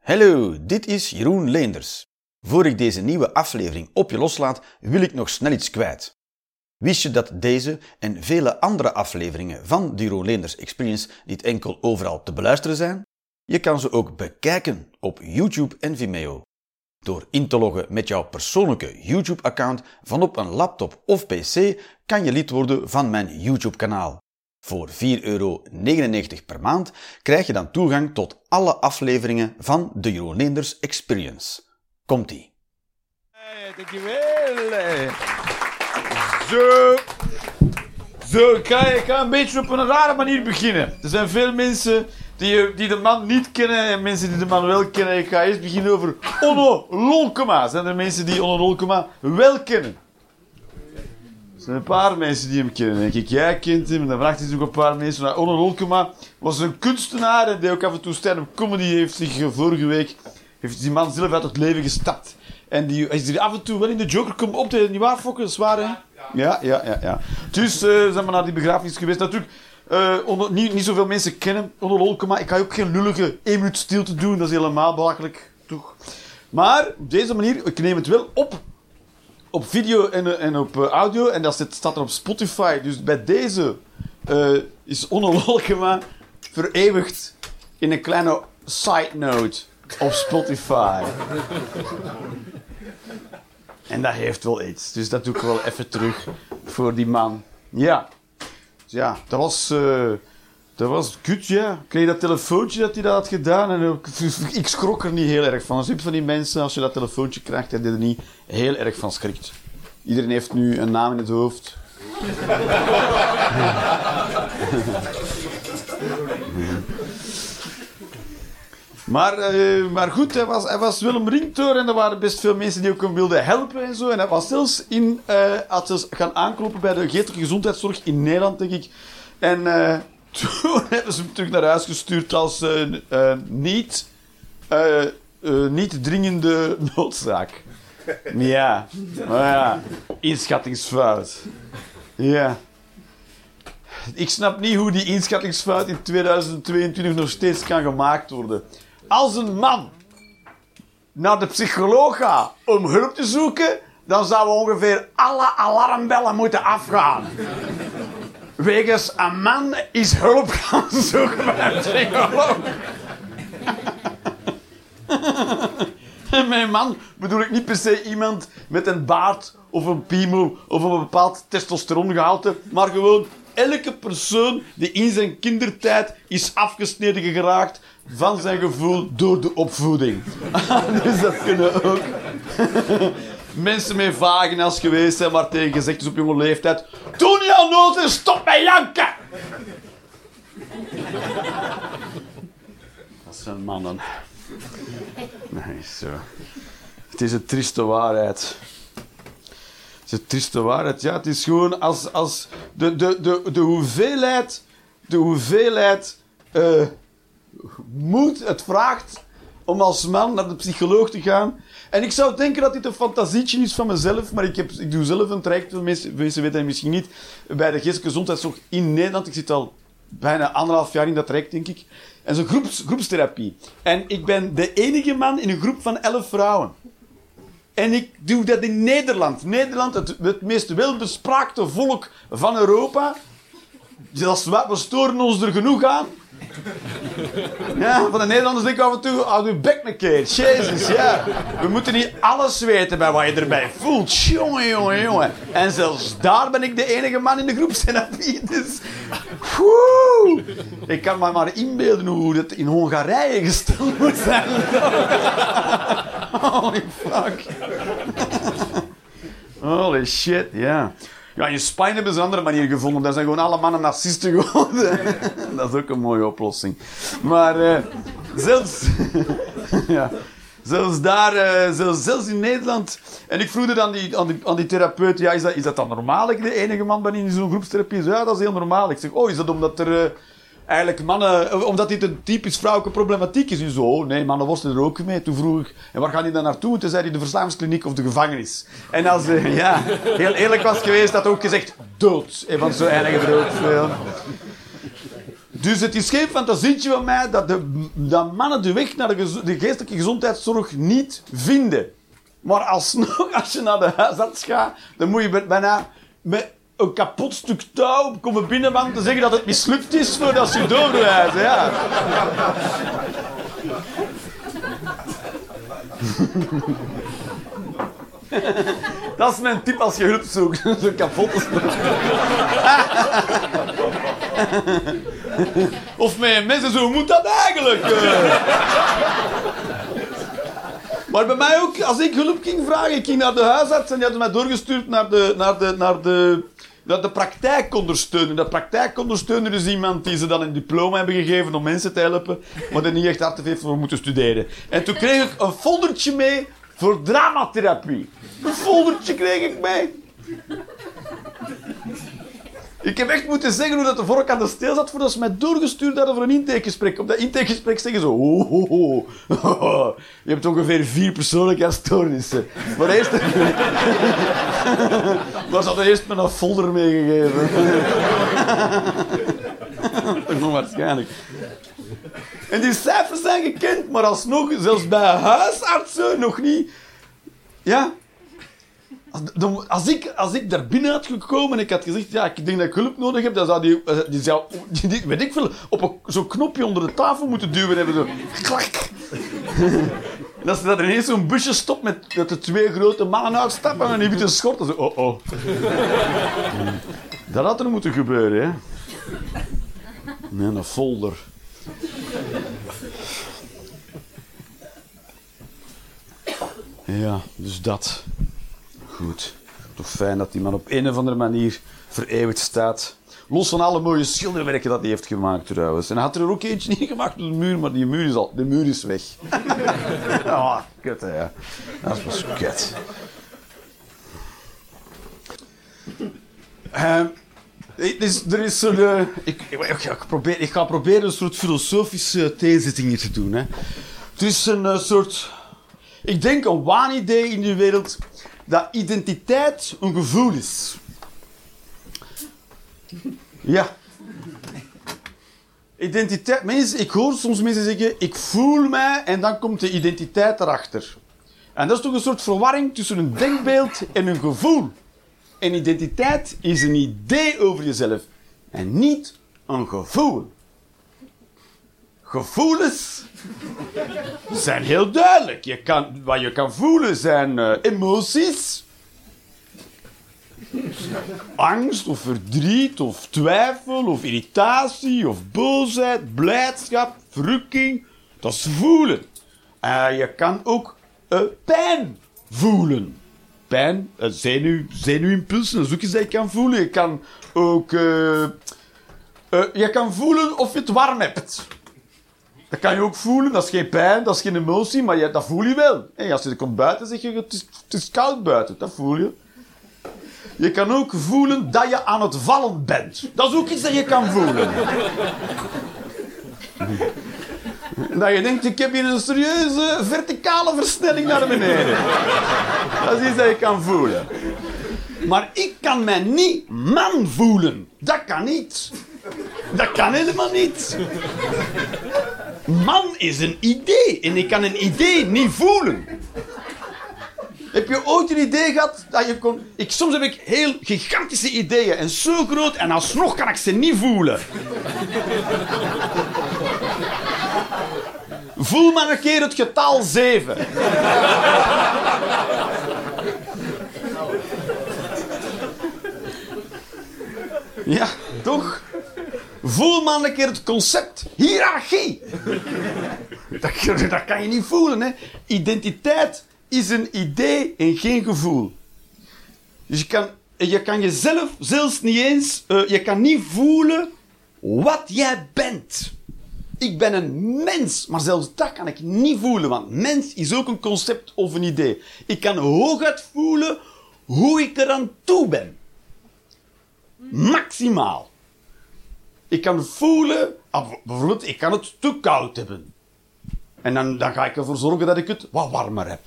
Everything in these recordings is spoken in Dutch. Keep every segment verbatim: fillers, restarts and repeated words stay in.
Hallo, dit is Jeroen Leenders. Voor ik deze nieuwe aflevering op je loslaat, wil ik nog snel iets kwijt. Wist je dat deze en vele andere afleveringen van de Jeroen Leenders Experience niet enkel overal te beluisteren zijn? Je kan ze ook bekijken op YouTube en Vimeo. Door in te loggen met jouw persoonlijke YouTube-account van op een laptop of pc kan je lid worden van mijn YouTube-kanaal. Voor vier euro negenennegentig per maand krijg je dan toegang tot alle afleveringen van de Jeroen Leenders Experience. Komt-ie. Hey, dankjewel. Zo. Zo, ik ga, ik ga een beetje op een rare manier beginnen. Er zijn veel mensen die, die de man niet kennen en mensen die de man wel kennen. Ik ga eerst beginnen over Onno Lolkema. Zijn er mensen die Onno Lolkema wel kennen? Er zijn een paar mensen die hem kennen, denk ik. Jij kent hem en dan vraagt hij zich ook een paar mensen. Nou, Onno Lolkema was een kunstenaar en die ook af en toe stand-up comedy heeft zich uh, vorige week... heeft die man zelf uit het leven gestapt. En die is er af en toe wel in de Joker komen optreden. Niet waar, Fokke? Dat is waar, hè? Ja, ja, ja. ja. Dus uh, zijn we naar die begrafenis geweest. Natuurlijk, uh, onder, niet, niet zoveel mensen kennen Onno Lolkema. Ik ga ook geen lullige één minuut stilte doen. Dat is helemaal belachelijk, toch? Maar op deze manier, ik neem het wel op. Op video en, en op audio. En dat staat er op Spotify. Dus bij deze uh, is Onno Lolkema vereeuwigd in een kleine side note op Spotify. En dat heeft wel iets. Dus dat doe ik wel even terug voor die man. Ja. Dus ja, dat was... Uh, dat was goed, ja. Ik kreeg dat telefoontje dat hij dat had gedaan. En ook, ik schrok er niet heel erg van. Als je van die mensen, als je dat telefoontje krijgt, dat je er niet heel erg van schrikt. Iedereen heeft nu een naam in het hoofd. Maar, uh, maar goed, hij was, hij was wel omringd en er waren best veel mensen die ook hem wilden helpen en zo. En hij was zelfs, in, uh, had zelfs gaan aankloppen bij de geestelijke gezondheidszorg in Nederland, denk ik. En uh, toen hebben ze hem terug naar huis gestuurd als uh, uh, niet, uh, uh, niet dringende noodzaak. Ja, maar ja, inschattingsfout. Ja. Ik snap niet hoe die inschattingsfout in tweeduizend tweeëntwintig nog steeds kan gemaakt worden. Als een man naar de psycholoog gaat om hulp te zoeken, dan zouden ongeveer alle alarmbellen moeten afgaan. Wegens een man is hulp gaan zoeken bij een psycholoog. En met man bedoel ik niet per se iemand met een baard of een piemel of een bepaald testosterongehalte, maar gewoon elke persoon die in zijn kindertijd is afgesneden geraakt van zijn gevoel door de opvoeding. Dus dat kunnen ook mensen met vagina's geweest zijn, maar tegen gezegd is op jonge leeftijd: doe niet aan nood en stop met janken! Dat zijn mannen. Nee, zo. Het is een trieste waarheid. Het is een trieste waarheid. Ja, het is gewoon als, als de, de, de, de hoeveelheid, de hoeveelheid uh, moed het vraagt om als man naar de psycholoog te gaan. En ik zou denken dat dit een fantasietje is van mezelf, maar ik, heb, ik doe zelf een traject, mensen, mensen weten het misschien niet, bij de geestelijke gezondheidszorg in Nederland. Ik zit al bijna anderhalf jaar in dat traject, denk ik. En zo'n groeps, groepstherapie. En ik ben de enige man in een groep van elf vrouwen. En ik doe dat in Nederland. Nederland, het, het meest welbespraakte volk van Europa. Dus we storen ons er genoeg aan. Ja, van de Nederlanders denk ik af en toe, houd uw bek een keer. Jezus, ja. We moeten niet alles weten bij wat je erbij voelt. Jongen, jongen, jongen. En zelfs daar ben ik de enige man in de groepstherapie. Dus, woe. Ik kan me maar inbeelden hoe dat in Hongarije gesteld moet zijn. Holy fuck. Holy shit, ja. Yeah. Ja, in Spanje hebben ze een andere manier gevonden. Daar zijn gewoon alle mannen narcisten geworden. Dat is ook een mooie oplossing. Maar uh, zelfs... ja, zelfs daar, uh, zelfs, zelfs in Nederland... En ik vroeg dan die, aan, die, aan die therapeut... Ja, is dat, is dat dan normaal? Ik de enige man ben in zo'n groepstherapie. Zo, ja, dat is heel normaal. Ik zeg, oh, is dat omdat er... Uh, eigenlijk mannen... Omdat dit een typisch vrouwelijke problematiek is. En zo, oh, nee, mannen worstelen er ook mee. Toen vroeg ik... En waar gaan die dan naartoe? Toen zei hij de verslavingskliniek of de gevangenis. En als... Uh, ja, heel eerlijk was geweest, had hij ook gezegd... Dood. En van zo eindigen er ook veel. Dus het is geen fantasietje van mij dat, de, dat mannen de weg naar de, gezo- de geestelijke gezondheidszorg niet vinden. Maar alsnog, als je naar de huisarts gaat, dan moet je met- bijna met een kapot stuk touw komen binnen om te zeggen dat het mislukt is voordat ze je doorwijzen. Ja. Dat is mijn tip als je hulp zoekt. Zo'n kapotte stuk. Of met mensen, zo moet dat eigenlijk. Maar bij mij ook, als ik hulp ging vragen, ik ging naar de huisarts en die hadden mij doorgestuurd naar de, naar de, naar de, naar de praktijkondersteuner. De praktijkondersteuner is iemand die ze dan een diploma hebben gegeven om mensen te helpen, maar er niet echt hard heeft voor moeten studeren. En toen kreeg ik een foldertje mee voor dramatherapie. Een foldertje kreeg ik mee. Ik heb echt moeten zeggen hoe dat de vork aan de steel zat voordat ze mij doorgestuurd hadden voor een intakegesprek. Op dat intakegesprek zeggen ze... Oh, oh, oh, oh. Je hebt ongeveer vier persoonlijkheidsstoornissen. Maar eerst... maar ze hadden eerst me een folder meegegeven. Toch nog waarschijnlijk. En die cijfers zijn gekend, maar alsnog, zelfs bij huisartsen, nog niet... Ja... Als ik, als ik daar binnen had gekomen en ik had gezegd, ja, ik denk dat ik hulp nodig heb, dan zou die, die zou, die, die, weet ik veel, op een, zo'n knopje onder de tafel moeten duwen hebben. Zo, klak. En als er ineens zo'n busje stopt met dat de twee grote mannen uitstappen en die witte schorten. Zo, oh, oh. Dat had er moeten gebeuren, hè. Nee, een folder. Ja, dus dat... Goed. Toch fijn dat die man op een of andere manier vereeuwigd staat. Los van alle mooie schilderwerken dat hij heeft gemaakt trouwens. En hij had er ook eentje niet gemaakt op de muur, maar die muur is, al, de muur is weg. Ah, kut hè. Ja. Dat was kut. Uh, dus, er is zo'n... Uh, ik, ik, ik, probeer, ik ga proberen een soort filosofische theezitting hier te doen. Hè. Er is een uh, soort... Ik denk een waanidee in de wereld... dat identiteit een gevoel is. Ja. Identiteit... Mensen, ik hoor soms mensen zeggen, ik voel mij en dan komt de identiteit erachter. En dat is toch een soort verwarring tussen een denkbeeld en een gevoel. En identiteit is een idee over jezelf en niet een gevoel. Gevoelens zijn heel duidelijk. Je kan, wat je kan voelen zijn uh, emoties. Angst of verdriet of twijfel of irritatie of boosheid, blijdschap, verrukking. Dat is voelen. Uh, je kan ook uh, pijn voelen. Pijn, uh, zenuw, zenuwimpulsen, dat is ook iets dat je kan voelen. Je kan ook... Uh, uh, je kan voelen of je het warm hebt. Dat kan je ook voelen, dat is geen pijn, dat is geen emotie, maar je, dat voel je wel. En als je komt buiten, zeg je, het is, het is koud buiten, dat voel je. Je kan ook voelen dat je aan het vallen bent. Dat is ook iets dat je kan voelen. Dat je denkt, ik heb hier een serieuze verticale versnelling naar beneden. Dat is iets dat je kan voelen. Maar ik kan mij niet man voelen. Dat kan niet. Dat kan helemaal niet. Man is een idee en ik kan een idee niet voelen. Heb je ooit een idee gehad dat je kon... Ik, soms heb ik heel gigantische ideeën en zo groot en alsnog kan ik ze niet voelen. Voel maar een keer het getal zeven. Ja, toch? Voel maar een keer het concept hiërarchie. Dat, dat kan je niet voelen, hè. Identiteit is een idee en geen gevoel. Dus je kan, je kan jezelf zelfs niet eens... Uh, je kan niet voelen wat jij bent. Ik ben een mens, maar zelfs dat kan ik niet voelen, want mens is ook een concept of een idee. Ik kan hooguit voelen hoe ik eraan toe ben. Maximaal. Ik kan voelen... Bijvoorbeeld, ik kan het te koud hebben. En dan, dan ga ik ervoor zorgen dat ik het wat warmer heb.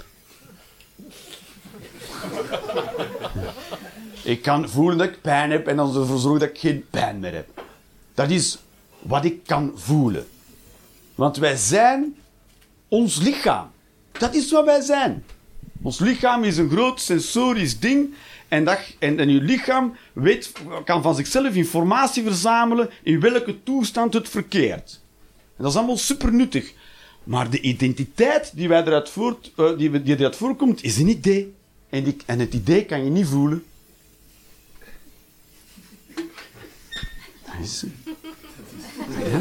Ik kan voelen dat ik pijn heb en dan ervoor zorgen dat ik geen pijn meer heb. Dat is wat ik kan voelen. Want wij zijn ons lichaam. Dat is wat wij zijn. Ons lichaam is een groot sensorisch ding. En, dat, en, en je lichaam weet, kan van zichzelf informatie verzamelen in welke toestand het verkeert. En dat is allemaal super nuttig. Maar de identiteit die, wij eruit voort, uh, die, die eruit voorkomt, is een idee. En, die, en het idee kan je niet voelen. Dat is het. Ja.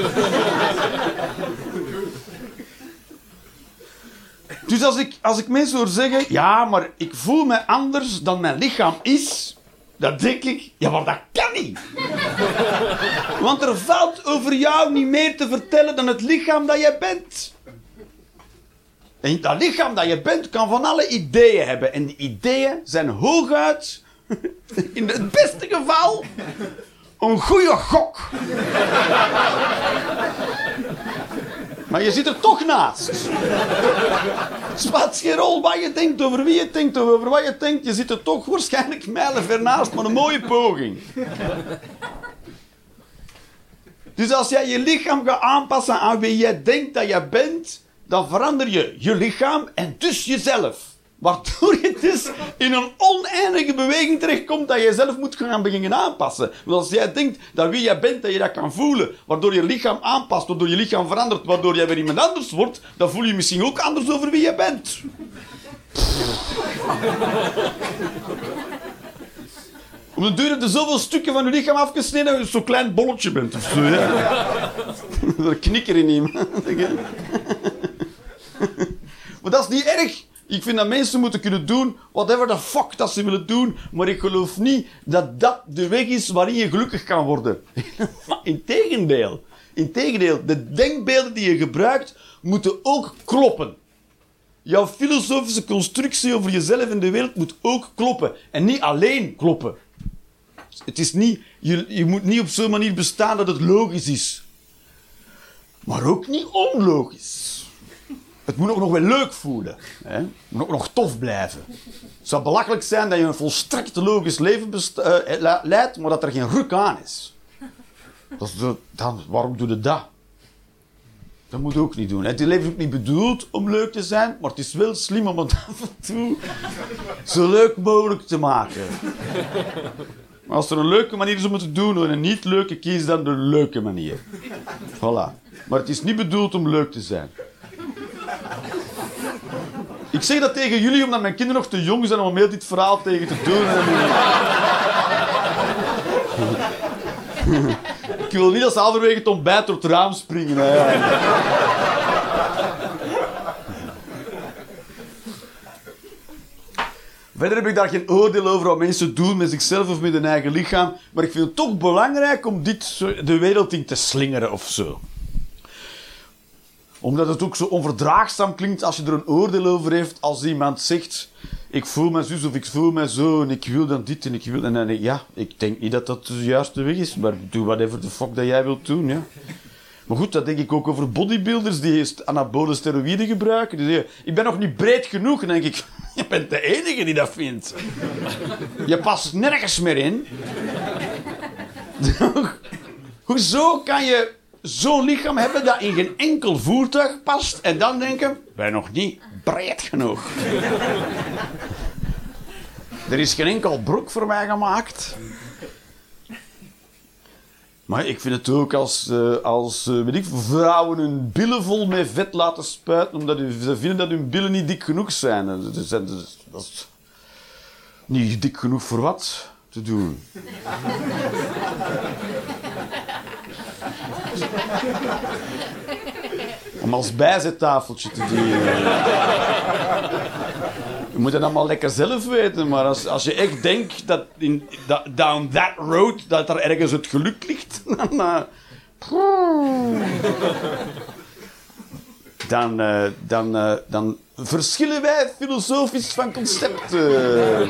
Dus als ik, als ik mensen hoor zeggen, ja, maar ik voel me anders dan mijn lichaam is, dan denk ik, ja, maar dat kan niet. Want er valt over jou niet meer te vertellen dan het lichaam dat je bent. En dat lichaam dat je bent kan van alle ideeën hebben. En die ideeën zijn hooguit, in het beste geval, een goede gok. Maar je zit er toch naast. Het speelt geen rol wat je denkt, over wie je denkt, of over wat je denkt. Je zit er toch waarschijnlijk mijlenver naast, maar een mooie poging. Dus als jij je lichaam gaat aanpassen aan wie jij denkt dat je bent, dan verander je je lichaam en dus jezelf. Waardoor je dus in een oneindige beweging terechtkomt dat je jezelf moet gaan beginnen aanpassen. Want als jij denkt dat wie jij bent, dat je dat kan voelen, waardoor je lichaam aanpast, waardoor je lichaam verandert, waardoor jij weer iemand anders wordt, dan voel je je misschien ook anders over wie je bent. Om de duur heb je zoveel stukken van je lichaam afgesneden dat je zo'n klein bolletje bent. Of zo, ja. Er knikker in iemand. Maar dat is niet erg. Ik vind dat mensen moeten kunnen doen whatever the fuck dat ze willen doen, maar ik geloof niet dat dat de weg is waarin je gelukkig kan worden. Integendeel. Integendeel. De denkbeelden die je gebruikt moeten ook kloppen. Jouw filosofische constructie over jezelf en de wereld moet ook kloppen. En niet alleen kloppen. Het is niet, je, je moet niet op zo'n manier bestaan dat het logisch is. Maar ook niet onlogisch. Het moet ook nog wel leuk voelen. Hè? Het moet ook nog tof blijven. Het zou belachelijk zijn dat je een volstrekt logisch leven best- uh, leidt, maar dat er geen ruk aan is. Dat is de, dan, waarom doe je dat? Dat moet je ook niet doen. Het leven is ook niet bedoeld om leuk te zijn, maar het is wel slim om het af en toe zo leuk mogelijk te maken. Maar als er een leuke manier is om het te doen en een niet leuke, kies dan de leuke manier. Voilà. Maar het is niet bedoeld om leuk te zijn. Ik zeg dat tegen jullie omdat mijn kinderen nog te jong zijn om heel dit verhaal tegen te doen. Ik wil niet dat ze halverwege het ontbijt door het raam springen. Hè. Verder heb ik daar geen oordeel over wat mensen doen met zichzelf of met hun eigen lichaam. Maar ik vind het toch belangrijk om dit de wereld in te slingeren of zo. Omdat het ook zo onverdraagzaam klinkt als je er een oordeel over heeft. Als iemand zegt, ik voel me zus of ik voel me zo en ik wil dan dit en ik wil... En dan denk ik, ja, ik denk niet dat dat de juiste weg is. Maar doe whatever the fuck dat jij wilt doen, ja. Maar goed, dat denk ik ook over bodybuilders die anabole steroïden gebruiken. Die zeggen, ik ben nog niet breed genoeg. En dan denk ik, je bent de enige die dat vindt. Je past nergens meer in. Hoezo kan je zo'n lichaam hebben dat in geen enkel voertuig past en dan denken, ben nog niet breed genoeg. Er is geen enkel broek voor mij gemaakt. Maar ik vind het ook als, uh, als uh, weet ik, vrouwen hun billen vol met vet laten spuiten, omdat ze vinden dat hun billen niet dik genoeg zijn. Dat is, dat is niet dik genoeg voor wat te doen. Om als bijzettafeltje te dienen. Je moet het allemaal lekker zelf weten, maar als, als je echt denkt dat in, da, down that road dat er ergens het geluk ligt, dan, uh, dan, uh, dan, uh, dan verschillen wij filosofisch van concepten.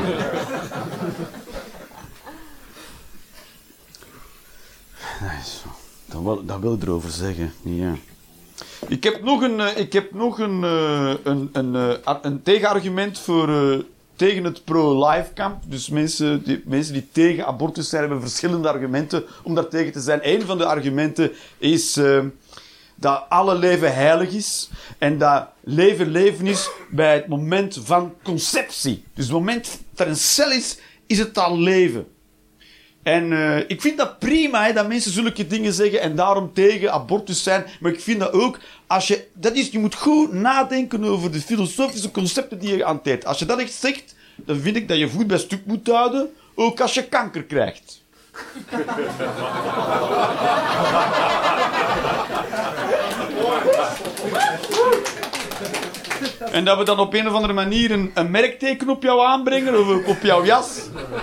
Dat wil, dat wil ik erover zeggen, ja. Ik heb nog een, ik heb nog een, een, een, een, een tegenargument voor, tegen het pro-life kamp. Dus mensen die, mensen die tegen abortus zijn, hebben verschillende argumenten om daar tegen te zijn. Een van de argumenten is uh, dat alle leven heilig is. En dat leven leven is bij het moment van conceptie. Dus het moment dat er een cel is, is het al leven. En uh, ik vind dat prima, hè, dat mensen zulke dingen zeggen en daarom tegen abortus zijn. Maar ik vind dat ook, als je, dat is, je moet goed nadenken over de filosofische concepten die je hanteert. Als je dat echt zegt, dan vind ik dat je voet bij stuk moet houden, ook als je kanker krijgt. En dat we dan op een of andere manier een, een merkteken op jou aanbrengen, of op jouw jas.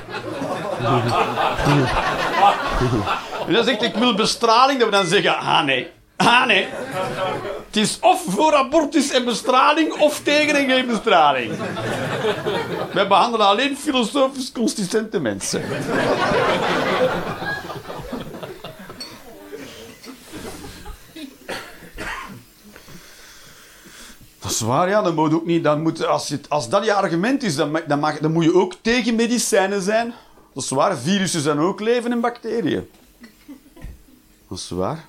En dan zegt ik wil bestraling, dat we dan zeggen, ah nee, ah nee. Het is of voor abortus en bestraling, of tegen en geen bestraling. Wij behandelen alleen filosofisch consistente mensen. Dat is waar, ja. Dan moet ook niet, dan moet, als, je, als dat je argument is, dan, mag, dan, mag, dan moet je ook tegen medicijnen zijn. Dat is waar. Virussen zijn ook leven en bacteriën. Dat is waar.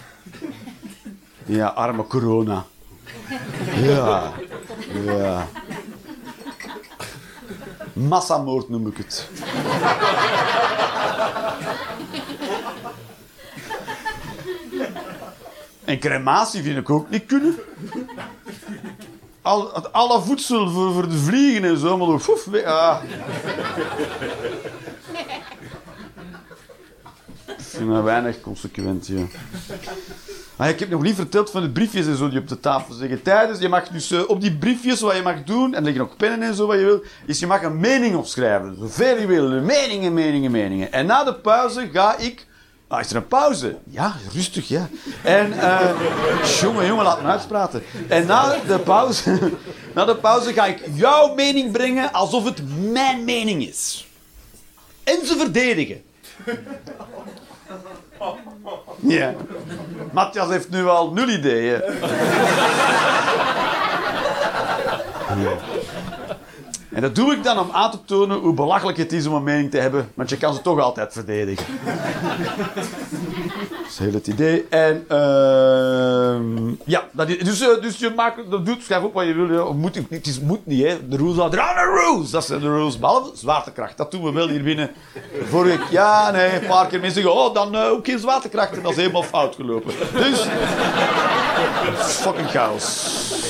Ja, arme corona. Ja. Ja. Massamoord noem ik het. En crematie vind ik ook niet kunnen. Al, alle voedsel voor, voor de vliegen en zo, allemaal foef, ah. Ik vind dat weinig consequent, ja. Ah, ik heb nog niet verteld van de briefjes en zo die op de tafel zeggen. Tijdens, je mag dus uh, op die briefjes wat je mag doen, en er liggen ook pennen en zo wat je wil, is je mag een mening opschrijven. Zoveel je wil. Meningen, meningen, meningen. En na de pauze ga ik... Ah, is er een pauze? Ja, rustig, ja. En, uh, jongen, jongen, laat me uitspraten. En na de pauze, na de pauze ga ik jouw mening brengen alsof het mijn mening is. En ze verdedigen. Ja. Matthias heeft nu al nul ideeën. Ja. En dat doe ik dan om aan te tonen hoe belachelijk het is om een mening te hebben, want je kan ze toch altijd verdedigen. Dat is heel het idee. En, uh, ja, dat is, dus, uh, dus je maakt, dat doet, schrijf op wat je wil. Ja. Moet, het is, moet niet, hè. De rules are, there are no rules. Dat zijn de rules, behalve zwaartekracht. Dat doen we wel hier binnen. Vorige week, ja, nee, een paar keer mensen zeggen, oh, dan uh, ook geen zwaartekracht. En dat is helemaal fout gelopen. Dus, fucking chaos.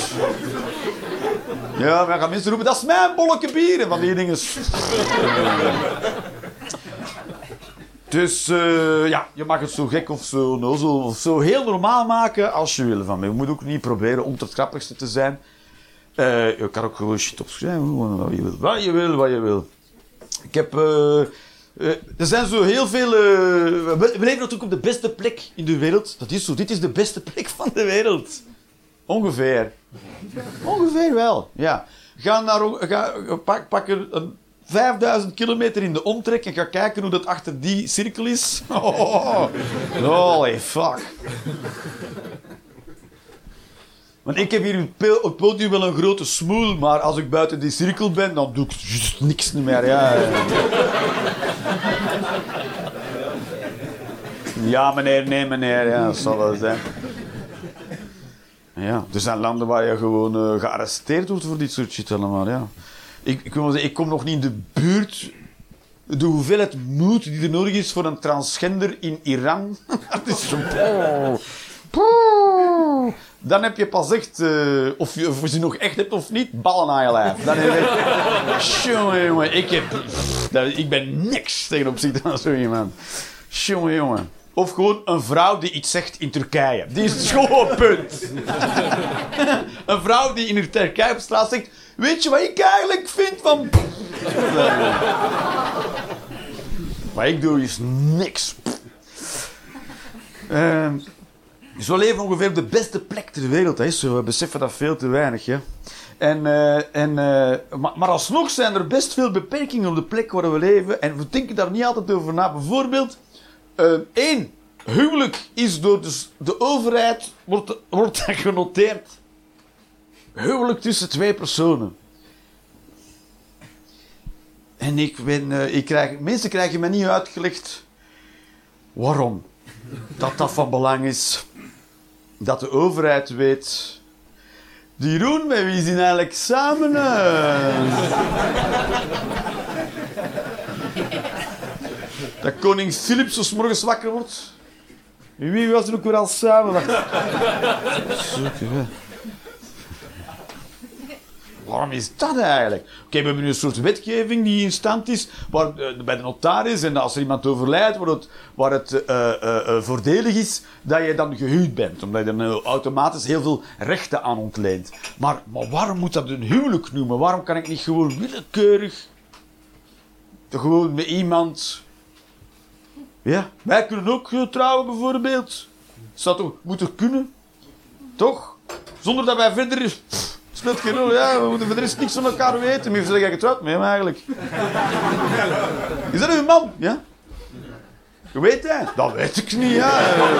Ja, maar dan gaan mensen roepen, dat is mijn bolleke bier. En van die dingen... Dus, uh, ja, je mag het zo gek of zo nozel of zo heel normaal maken als je wil van mij. Je moet ook niet proberen om het grappigste te zijn. Uh, je kan ook gewoon shit opschrijven, wat je wil, wat je wil, wat je wil. Ik heb... Uh, uh, er zijn zo heel veel... Uh, we, we leven natuurlijk op de beste plek in de wereld. Dat is zo, dit is de beste plek van de wereld. Ongeveer. Ongeveer wel, ja. Ga naar, ga, pak, pak er een vijfduizend kilometer in de omtrek en ga kijken hoe dat achter die cirkel is. Oh, holy fuck. Want ik heb hier op het podium wel een grote smoel, maar als ik buiten die cirkel ben, dan doe ik just niks meer. Ja, ja meneer, nee meneer, ja, dat zal wel zijn. Ja, er zijn landen waar je gewoon uh, gearresteerd wordt voor dit soort shit allemaal, ja. Ik, ik, wil zeggen, ik kom nog niet in de buurt. De hoeveelheid moed die er nodig is voor een transgender in Iran. Dat is zo... Oh. Poeh. Dan heb je pas echt... Uh, of, je, of je ze nog echt hebt of niet, ballen aan je lijf. Dan heb je... Jongen, jongen, ik heb... Pff, ik ben niks tegen opzichte van zo iemand. Jongen, jongen. Of gewoon een vrouw die iets zegt in Turkije. Die is het gewoon punt. Een vrouw die in Turkije op straat zegt... Weet je wat ik eigenlijk vind van... Wat ik doe is niks. Uh, zo leven ongeveer op de beste plek ter wereld. Hè. Zo, we beseffen dat veel te weinig. Hè. En, uh, en, uh, maar, maar alsnog zijn er best veel beperkingen op de plek waar we leven. En we denken daar niet altijd over na. Bijvoorbeeld... Eén, uh, huwelijk is door de, de overheid, wordt, wordt dat genoteerd. Huwelijk tussen twee personen. En ik ben... Uh, ik krijg, mensen krijgen me niet uitgelegd waarom dat dat van belang is. Dat de overheid weet... Die Jeroen, met wie zijn eigenlijk samen? Uh? Dat koning Filip zo 's morgens wakker wordt. Wie was er ook weer al samen? Wacht. Waarom is dat eigenlijk? Oké, okay, we hebben nu een soort wetgeving die in stand is, waar, uh, bij de notaris, en als er iemand overlijdt, waar het, waar het uh, uh, uh, voordelig is dat je dan gehuwd bent, omdat je dan uh, automatisch heel veel rechten aan ontleent. Maar, maar waarom moet dat een huwelijk noemen? Waarom kan ik niet gewoon willekeurig, gewoon met iemand... Ja, wij kunnen ook uh, trouwen bijvoorbeeld. Zou toch moeten kunnen? Toch? Zonder dat wij verder... Pff, speelt geen rol, ja. We moeten verder niks van elkaar weten. Maar zeg ik getrouwd met hem eigenlijk. Is dat uw man? Ja? Je weet hij? Dat weet ik niet, ja.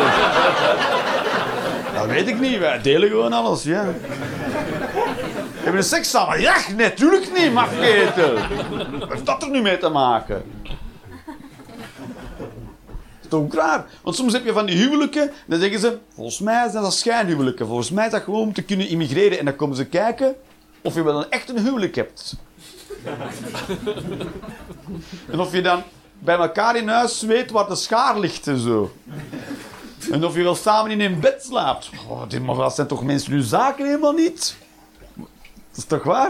Dat weet ik niet. Wij delen gewoon alles, ja. Hebben we seks samen? Ja, natuurlijk niet, mafketel. Wat heeft dat er nu mee te maken? Dat is toch raar? Want soms heb je van die huwelijken, dan zeggen ze, volgens mij zijn dat schijnhuwelijken. Volgens mij is dat gewoon om te kunnen immigreren. En dan komen ze kijken of je wel een echt een huwelijk hebt. En of je dan bij elkaar in huis weet waar de schaar ligt en zo. En of je wel samen in een bed slaapt. Oh, maar dat zijn toch mensen hun zaken helemaal niet? Dat is toch waar?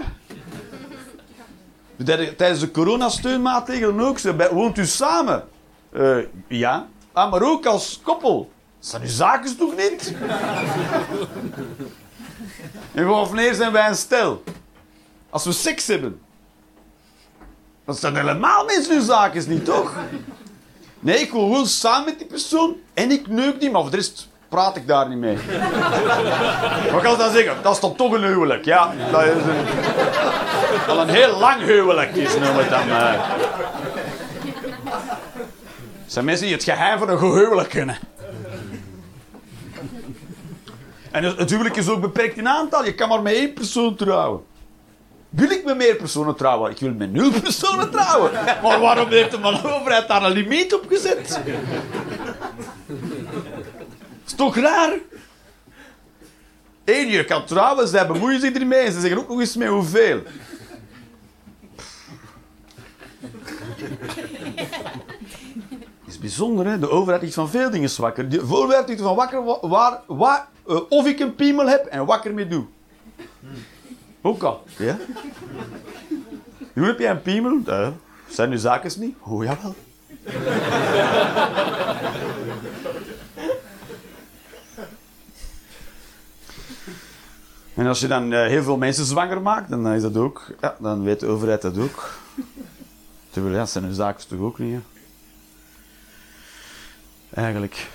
Tijdens de coronasteunmaatregelen ook. Woont u samen? Uh, ja. Ah, maar ook als koppel. Dat zijn uw zaken toch niet? En wanneer zijn wij een stel? Als we seks hebben. Dat zijn helemaal mensen uw zaken niet, toch? Nee, ik wil gewoon samen met die persoon en ik neuk die, maar voor de rest praat ik daar niet mee. Wat kan ik dan zeggen? Dat is dan toch een huwelijk, ja. Dat is een, dat een heel lang huwelijk is, noem het dan. Uh. Er zijn mensen die het geheim van een huwelijk kennen. En het huwelijk is ook beperkt in aantal. Je kan maar met één persoon trouwen. Wil ik met meer personen trouwen? Ik wil met nul personen trouwen. Maar waarom heeft de overheid daar een limiet op gezet? Is toch raar? Eén, je kan trouwen, zij bemoeien zich ermee en ze zeggen ook nog eens met hoeveel. Dat is bijzonder, hè? De overheid ligt van veel dingen wakker. De overheid ligt van wakker waar, waar, uh, of ik een piemel heb en wakker mee doe. Ook al. Ja? Hoe heb jij een piemel? Uh, zijn uw zaken niet? Oh, jawel. En als je dan uh, heel veel mensen zwanger maakt, dan is dat ook... Ja, dan weet de overheid dat ook. Terwijl, ja, zijn uw zaken toch ook niet, hè? Eigenlijk.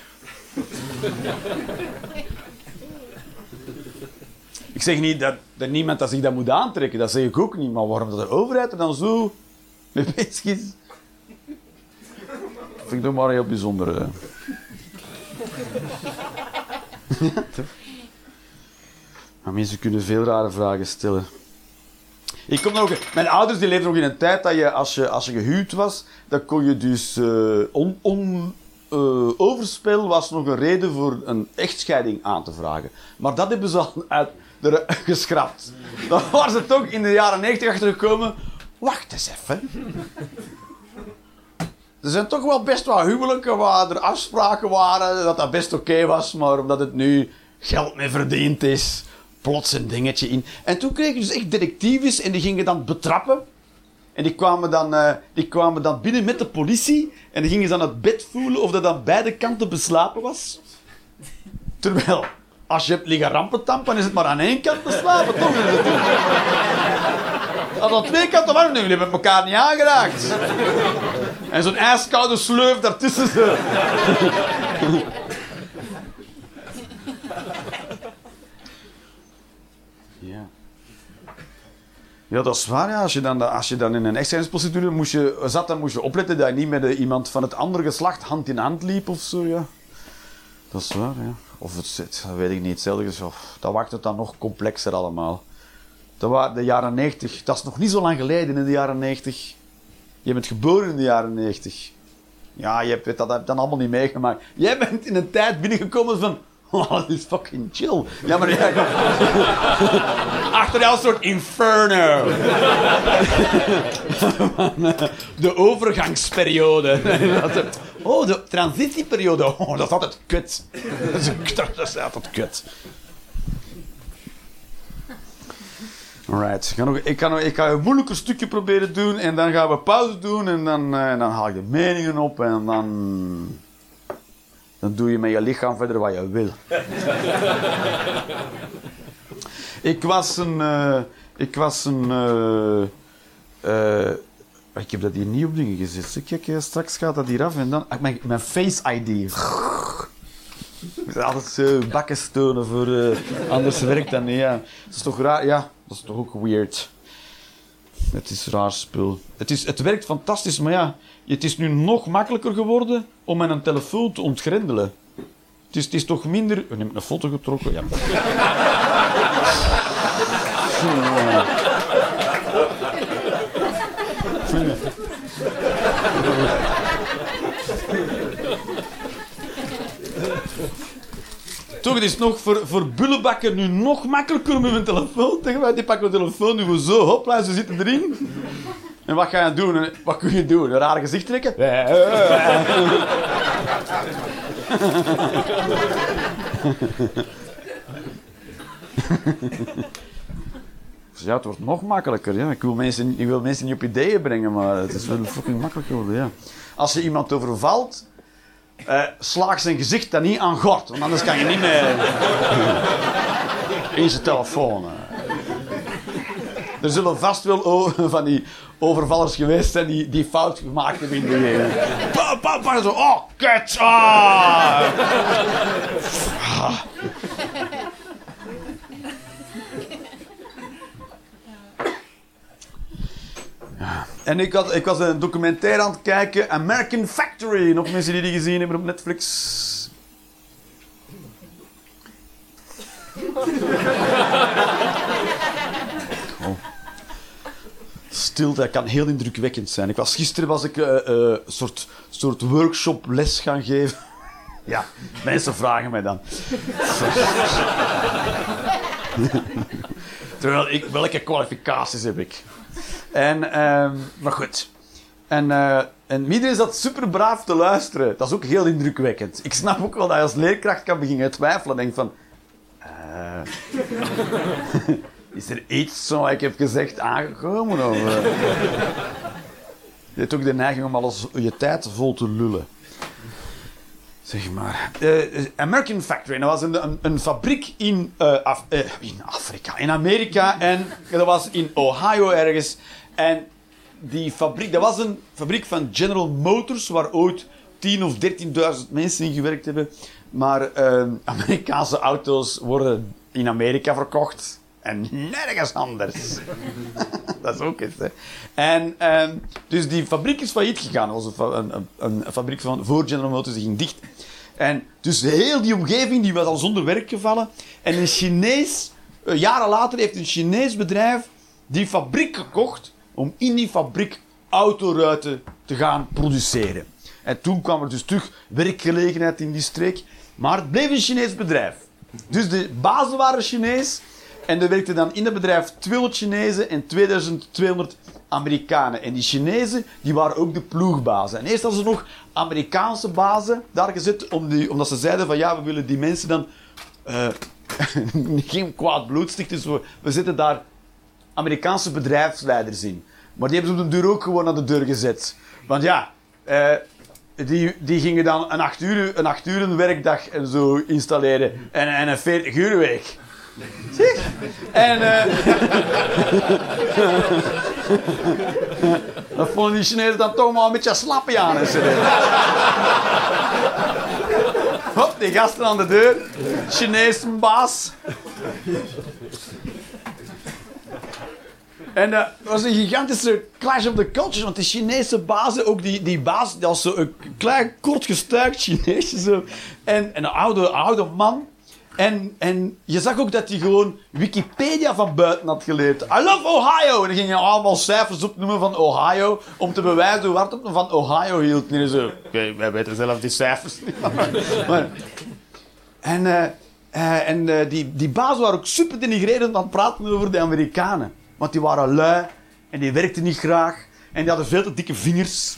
Ik zeg niet dat, dat niemand dat zich dat moet aantrekken, dat zeg ik ook niet. Maar waarom dat de overheid er dan zo mee bezig is, dat vind ik toch maar heel bijzonder. Hè? Ja, toch? Maar mensen kunnen veel rare vragen stellen. Ik kom nog, mijn ouders die leefden nog in een tijd dat je, als je, als je gehuwd was, dan kon je dus uh, on, on, uh, overspel was nog een reden voor een echtscheiding aan te vragen. Maar dat hebben ze al uit er geschrapt. Dan waren ze toch in de jaren negentig achtergekomen. Wacht eens even. Er zijn toch wel best wel huwelijken waar er afspraken waren dat dat best oké okay was, maar omdat het nu geld mee verdiend is, plots een dingetje in. En toen kregen je dus echt detectives en die gingen dan betrappen. En die kwamen dan, uh, die kwamen dan binnen met de politie en die gingen ze aan het bed voelen of dat aan beide kanten beslapen was. Terwijl, als je hebt liggen rampentampen, is het maar aan één kant beslapen, toch? Als aan twee kanten warm, jullie hebben elkaar niet aangeraakt. En zo'n ijskoude sleuf daartussen. Zo. Ja. Ja, dat is waar. Ja. Als, je dan, als je dan in een echtscheidingsprocedure moest je, zat, dan moest je opletten dat je niet met iemand van het andere geslacht hand in hand liep of zo. Ja. Dat is waar, ja. Of het, dat weet ik niet. Hetzelfde, of, dat maakt het dan nog complexer allemaal. Dat waren de jaren negentig. Dat is nog niet zo lang geleden in de jaren negentig. Je bent geboren in de jaren negentig. Ja, je hebt dat, dat dan allemaal niet meegemaakt. Jij bent in een tijd binnengekomen van... Oh, dat is fucking chill. Ja, maar jij... Achter jou een soort inferno. De overgangsperiode. Oh, de transitieperiode. Oh, dat is altijd kut. Dat is, dat is altijd kut. Alright. Ik ga, nog, ik, ga nog, ik ga een moeilijker stukje proberen doen en dan gaan we pauze doen en dan, uh, dan haal ik de meningen op en dan... Dan doe je met je lichaam verder wat je wil. ik was een... Uh, ik was een... Uh, uh, ik heb dat hier niet op dingen gezet. Kijk, straks gaat dat hier af en dan... Mijn, mijn Face I D. Ik moet altijd zo bakken stonen voor... Uh, anders werkt dat niet, ja. Dat is toch raar? Ja, dat is toch ook weird. Het is raar spul. Het, is, het werkt fantastisch, maar ja... Het is nu nog makkelijker geworden om met een telefoon te ontgrendelen. Het is, het is toch minder... We hebben een foto getrokken, ja. Toch, het is nog voor, voor bullenbakken nu nog makkelijker om met een telefoon te gaan. Die pakken de telefoon, doen we zo, hopla, ze zitten erin. En wat ga je doen? Wat kun je doen? Een rare gezicht trekken? Dus ja, het wordt nog makkelijker. Ja. Ik, wil mensen, ik wil mensen niet op ideeën brengen, maar het is wel fucking makkelijk geworden. Ja. Als je iemand overvalt, uh, slaag zijn gezicht dan niet aan gort, want anders kan je niet meer in zijn telefoon. Uh. Er zullen vast wel o- van die overvallers geweest zijn die, die fout gemaakt hebben in de leven. Pa, pa, pa, zo, oh, kut! Ah. Ah. Ja. En ik, had, ik was een documentaire aan het kijken, American Factory. Nog mensen die die gezien hebben op Netflix. Oh. Stilte kan heel indrukwekkend zijn. Ik was, gisteren was ik een uh, uh, soort, soort workshop les gaan geven. Ja, mensen vragen mij dan. Terwijl ik, welke kwalificaties heb ik? En, uh, maar goed. En, uh, en iedereen zat super braaf te luisteren. Dat is ook heel indrukwekkend. Ik snap ook wel dat je als leerkracht kan beginnen twijfelen. En denk van... Uh, is er iets zo wat ik heb gezegd aangekomen? Of, uh? Je hebt ook de neiging om alles je tijd vol te lullen. Zeg maar. Uh, American Factory. Dat was een, een, een fabriek in, uh, Af, uh, in Afrika, in Amerika. En dat was in Ohio ergens. En die fabriek, dat was een fabriek van General Motors, waar ooit tien of dertienduizend mensen in gewerkt hebben. Maar uh, Amerikaanse auto's worden in Amerika verkocht. En nergens anders. Dat is ook iets, hè. En uh, dus die fabriek is failliet gegaan. Dat was een, een, een, een fabriek van voor General Motors, die ging dicht. En dus heel die omgeving die was al zonder werk gevallen. En een Chinees, uh, jaren later heeft een Chinees bedrijf die fabriek gekocht om in die fabriek autoruiten te gaan produceren. En toen kwam er dus terug werkgelegenheid in die streek. Maar het bleef een Chinees bedrijf. Dus de bazen waren Chinees. En er werkten dan in het bedrijf tweehonderd Chinezen en tweeduizend tweehonderd Amerikanen. En die Chinezen, die waren ook de ploegbazen. En eerst hadden ze nog Amerikaanse bazen daar gezet, om die, omdat ze zeiden van ja, we willen die mensen dan uh, geen kwaad bloed stichten. Dus we, we zetten daar Amerikaanse bedrijfsleiders in. Maar die hebben ze op de deur ook gewoon naar de deur gezet. Want ja, uh, die, die gingen dan een acht uur, een acht uur werkdag en zo installeren. En, en een veertig uur week. Zie? En uh, dat vonden die Chinezen dan toch maar een beetje slappie aan. Hop, die gasten aan de deur. Chinees baas. En dat uh, was een gigantische clash of the cultures, want de Chinese bazen, ook die, die baas, dat was zo een klein, kort gestuikt Chineesje zo. En, en een oude, oude man. En, en je zag ook dat hij gewoon Wikipedia van buiten had geleerd. I love Ohio! En dan gingen allemaal cijfers opnoemen van Ohio, om te bewijzen hoe hard het van Ohio hield. En zo, oké, okay, wij weten zelf die cijfers niet. Maar, en uh, uh, en uh, die, die bazen waren ook super denigrerend aan het praten over de Amerikanen. Want die waren lui, en die werkten niet graag, en die hadden veel te dikke vingers.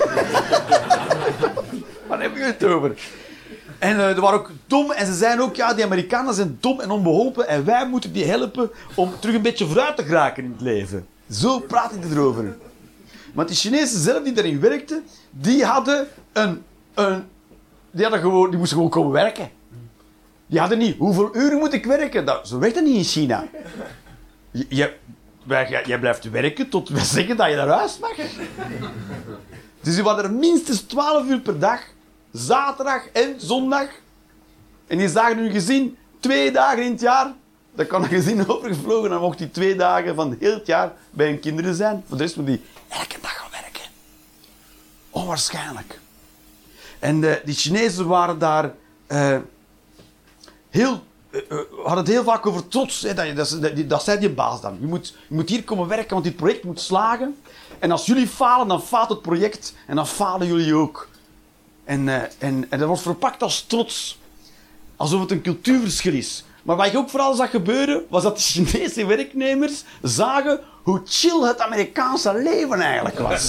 Waar heb je het over? En uh, die waren ook dom. En ze zeiden ook, ja, die Amerikanen zijn dom en onbeholpen. En wij moeten die helpen om terug een beetje vooruit te geraken in het leven. Zo praat ik erover. Want die Chinezen zelf die daarin werkten, die hadden een... een die, hadden gewoon, die moesten gewoon komen werken. Die hadden niet, hoeveel uren moet ik werken? Dat, zo werkt dat niet in China. Je, je, jij, jij blijft werken tot we zeggen dat je naar huis mag. Dus die waren er minstens twaalf uur per dag. Zaterdag en zondag. En die zagen hun gezin twee dagen in het jaar. Dan kan een gezin overgevlogen. Dan mocht die twee dagen van heel het jaar bij hun kinderen zijn. Voor de rest moet die elke dag gaan werken. Onwaarschijnlijk. En uh, die Chinezen waren daar... Uh, heel, uh, uh, hadden het heel vaak over trots. Hè, dat, dat, dat, dat zei die baas dan. Je moet, je moet hier komen werken, want dit project moet slagen. En als jullie falen, dan faalt het project. En dan falen jullie ook. En, uh, en, en dat wordt verpakt als trots. Alsof het een cultuurverschil is. Maar wat ik ook vooral zag gebeuren, was dat de Chinese werknemers zagen hoe chill het Amerikaanse leven eigenlijk was.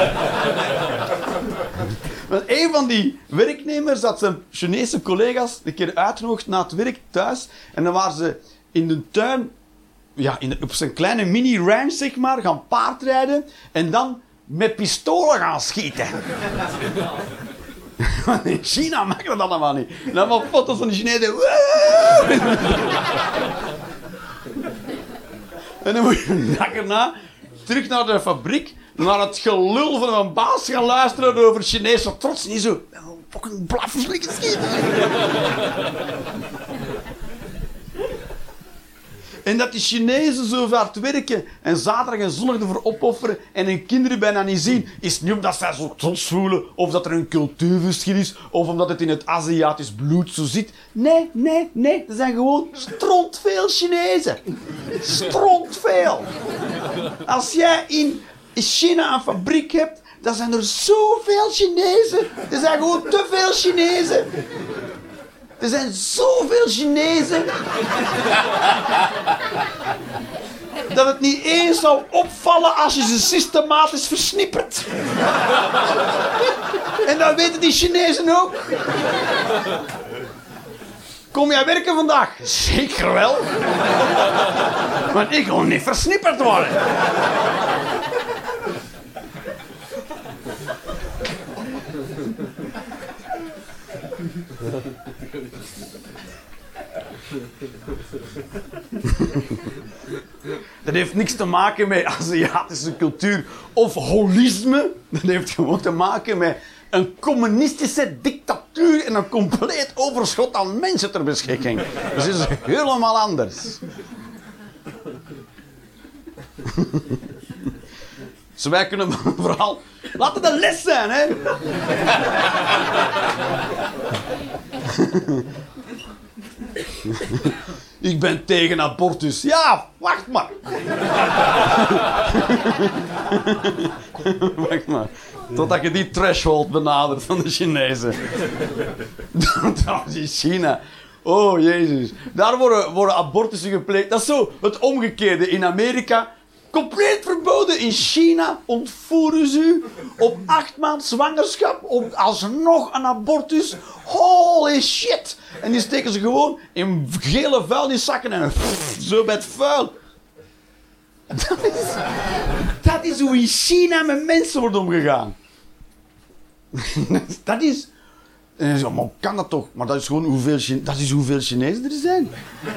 Want een van die werknemers had zijn Chinese collega's een keer uitgenodigd na het werk thuis. En dan waren ze in de tuin, ja, in de, op zijn kleine mini-ranch, zeg maar, gaan paardrijden. En dan met pistolen gaan schieten. Want in China mag dat allemaal niet. En dan van foto's van de Chinezen. En dan moet je een dag erna terug naar de fabriek, naar het gelul van een baas gaan luisteren over Chinese trots. Niet zo, fucking blaffers liggen schieten. En dat die Chinezen zo hard werken en zaterdag en zondag ervoor opofferen en hun kinderen bijna niet zien, is niet omdat zij zo trots voelen of dat er een cultuurverschil is of omdat het in het Aziatisch bloed zo zit. Nee, nee, nee. Er zijn gewoon strontveel Chinezen. Strontveel. Als jij in China een fabriek hebt, dan zijn er zoveel Chinezen. Er zijn gewoon te veel Chinezen. Er zijn zoveel Chinezen dat het niet eens zou opvallen als je ze systematisch versnippert. En dat weten die Chinezen ook. Kom jij werken vandaag? Zeker wel. Want ik wil niet versnipperd worden. Dat heeft niks te maken met Aziatische cultuur of holisme. Dat heeft gewoon te maken met een communistische dictatuur en een compleet overschot aan mensen ter beschikking. Dus het is helemaal anders. Dus wij kunnen vooral... Laat het een les zijn, hè? Ik ben tegen abortus. Ja, wacht maar. Wacht maar. Totdat je die threshold benadert van de Chinezen. Dat is China. Oh, Jezus. Daar worden, worden abortussen gepleegd. Dat is zo het omgekeerde. In Amerika... Compleet verboden. In China ontvoeren ze u op acht maanden zwangerschap, op alsnog een abortus. Holy shit. En die steken ze gewoon in gele vuilniszakken en pff, zo bij het vuil. Dat is, dat is hoe in China met mensen wordt omgegaan. Dat is... En zo, maar kan dat toch? Maar dat is gewoon hoeveel, Chine- dat is hoeveel Chinezen er zijn.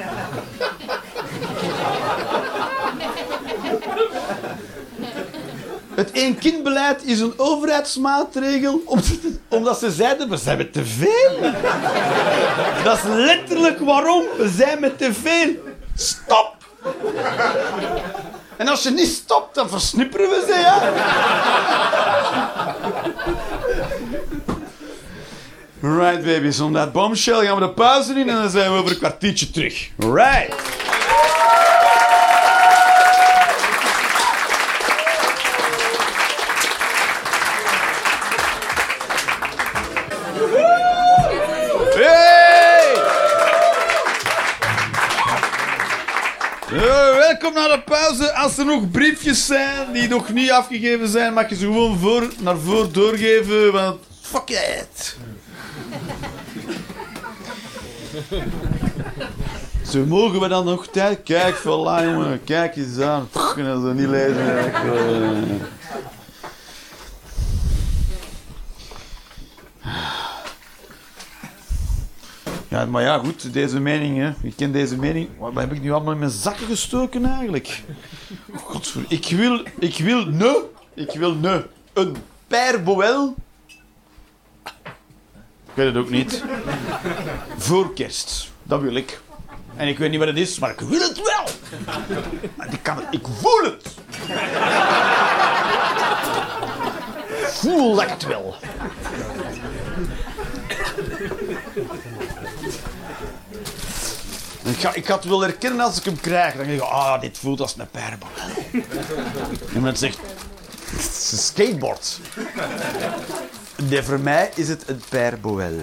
Het één-kindbeleid is een overheidsmaatregel omdat ze zeiden, we zijn met te veel. Dat is letterlijk waarom, we zijn met te veel. Stop! En als je niet stopt, dan versnipperen we ze, ja. Alright, baby's. Om dat bombshell gaan we de pauze in en dan zijn we over een kwartiertje terug. Alright. Hey! Uh, welkom naar de pauze. Als er nog briefjes zijn die nog niet afgegeven zijn, mag je ze gewoon voor, naar voren doorgeven, want fuck it. Zo mogen we dan nog tijd. Kijk, voilà, jongen. Kijk eens aan. Pff, en als ze niet lezen. Echt, uh... Ja, maar ja, goed. Deze mening, hè. Ik ken deze mening. Wat heb ik nu allemaal in mijn zakken gestoken, eigenlijk? Godver... Ik wil... Ik wil... Ne. Ik wil ne. Een Père Boel. Ik weet het ook niet. Voor kerst. Dat wil ik. En ik weet niet wat het is, maar ik wil het wel. Ik kan het. Ik voel het. Voel dat ik het wel. Ik ga, ik ga het wel herkennen als ik hem krijg. Dan denk ik, ah, oh, dit voelt als een Père Boel. En men zegt, het is een skateboard. Nee, voor mij is het een Père Boel.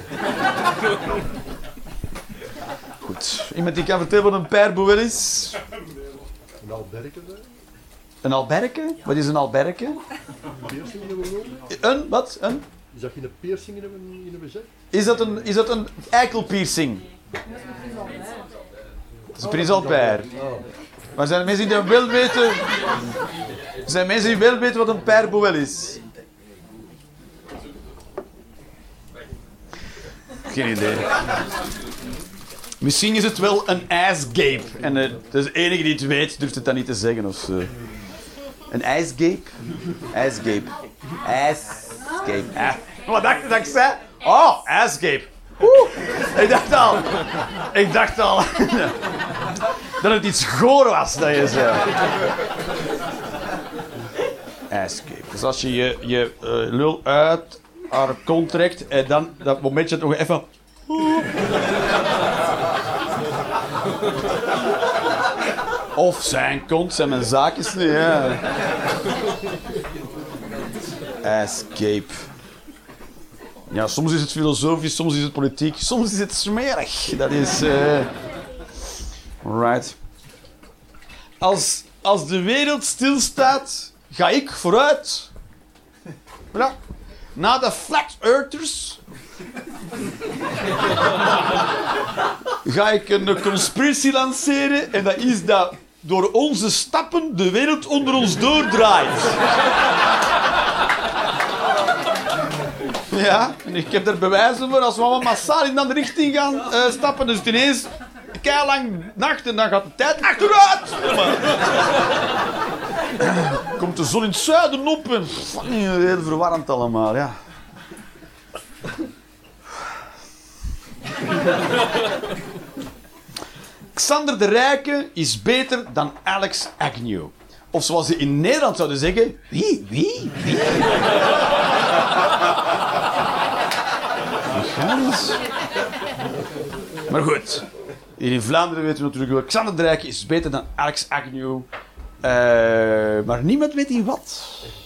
Goed. Iemand die kan vertellen wat een Père Boel is? Een alberke. Een alberke? Wat is een alberke? Een piercing in de ogen. Een? Wat? Een? Is dat geen piercing in een, in een bezet? Is dat een, is dat een eikelpiercing? Dat is een Prins Albert. Maar zijn er mensen die dat wel weten? Er zijn mensen die wel weten wat een Père Boel is? Geen idee. Misschien is het wel een ijsgape. En uh, dat is de enige die het weet, durft het dan niet te zeggen. Of zo. Een ijsgape? Ijsgape. Ijsgape. Eh. Wat dacht je dat ik zei? Oh, ijsgape. Oeh. Ik dacht al. Ik dacht al. dat het iets goor was dat je zei. Ijsgape. Dus als je je, je uh, lul uit haar kont trekt en dan dat momentje nog even... Of zijn kont, zijn mijn zaakjes nu, ja. Escape. Ja, soms is het filosofisch, soms is het politiek, soms is het smerig. Dat is... Uh... Right. Als, als de wereld stilstaat, ga ik vooruit. Voilà. Na de Flat Earthers... ga ik een conspiracy lanceren en dat is dat door onze stappen de wereld onder ons doordraait. Ja, en ik heb daar bewijzen voor als we allemaal massaal in dat richting gaan uh, stappen, dus ineens keilang nacht en dan gaat de tijd achteruit. Komt de zon in het zuiden op en heel verwarrend allemaal, ja. Xander de Rijke is beter dan Alex Agnew. Of zoals ze in Nederland zouden zeggen... Wie? Wie? Wie? Maar goed. Hier in Vlaanderen weten we natuurlijk wel... Xander de Rijke is beter dan Alex Agnew. Uh, maar niemand weet in wat.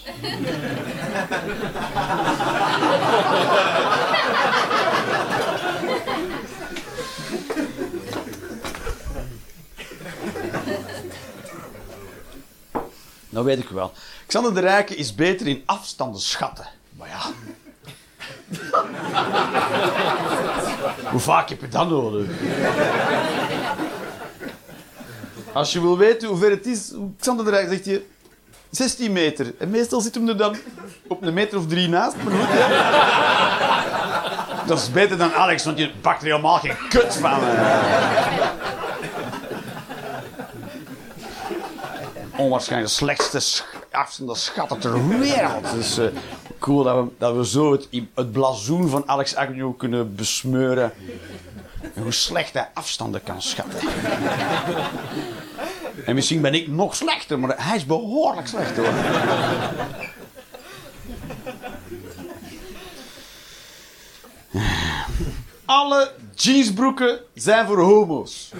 Dat weet ik wel. Xander de Rijke is beter in afstanden schatten. Maar ja... Hoe vaak heb je dat nodig? Als je wil weten hoe ver het is... Xander de Rijke zegt je... zestien meter. En meestal zit hem er dan op een meter of drie naast. Maar goed, ja. Dat is beter dan Alex, want je pakt er helemaal geen kut van. Onwaarschijnlijk de slechtste sch- afstanden schatten ter wereld. Dus uh, cool dat we, dat we zo het, het blazoen van Alex Agnew kunnen besmeuren. En hoe slecht hij afstanden kan schatten. En misschien ben ik nog slechter, maar hij is behoorlijk slecht hoor. Alle jeansbroeken zijn voor homo's.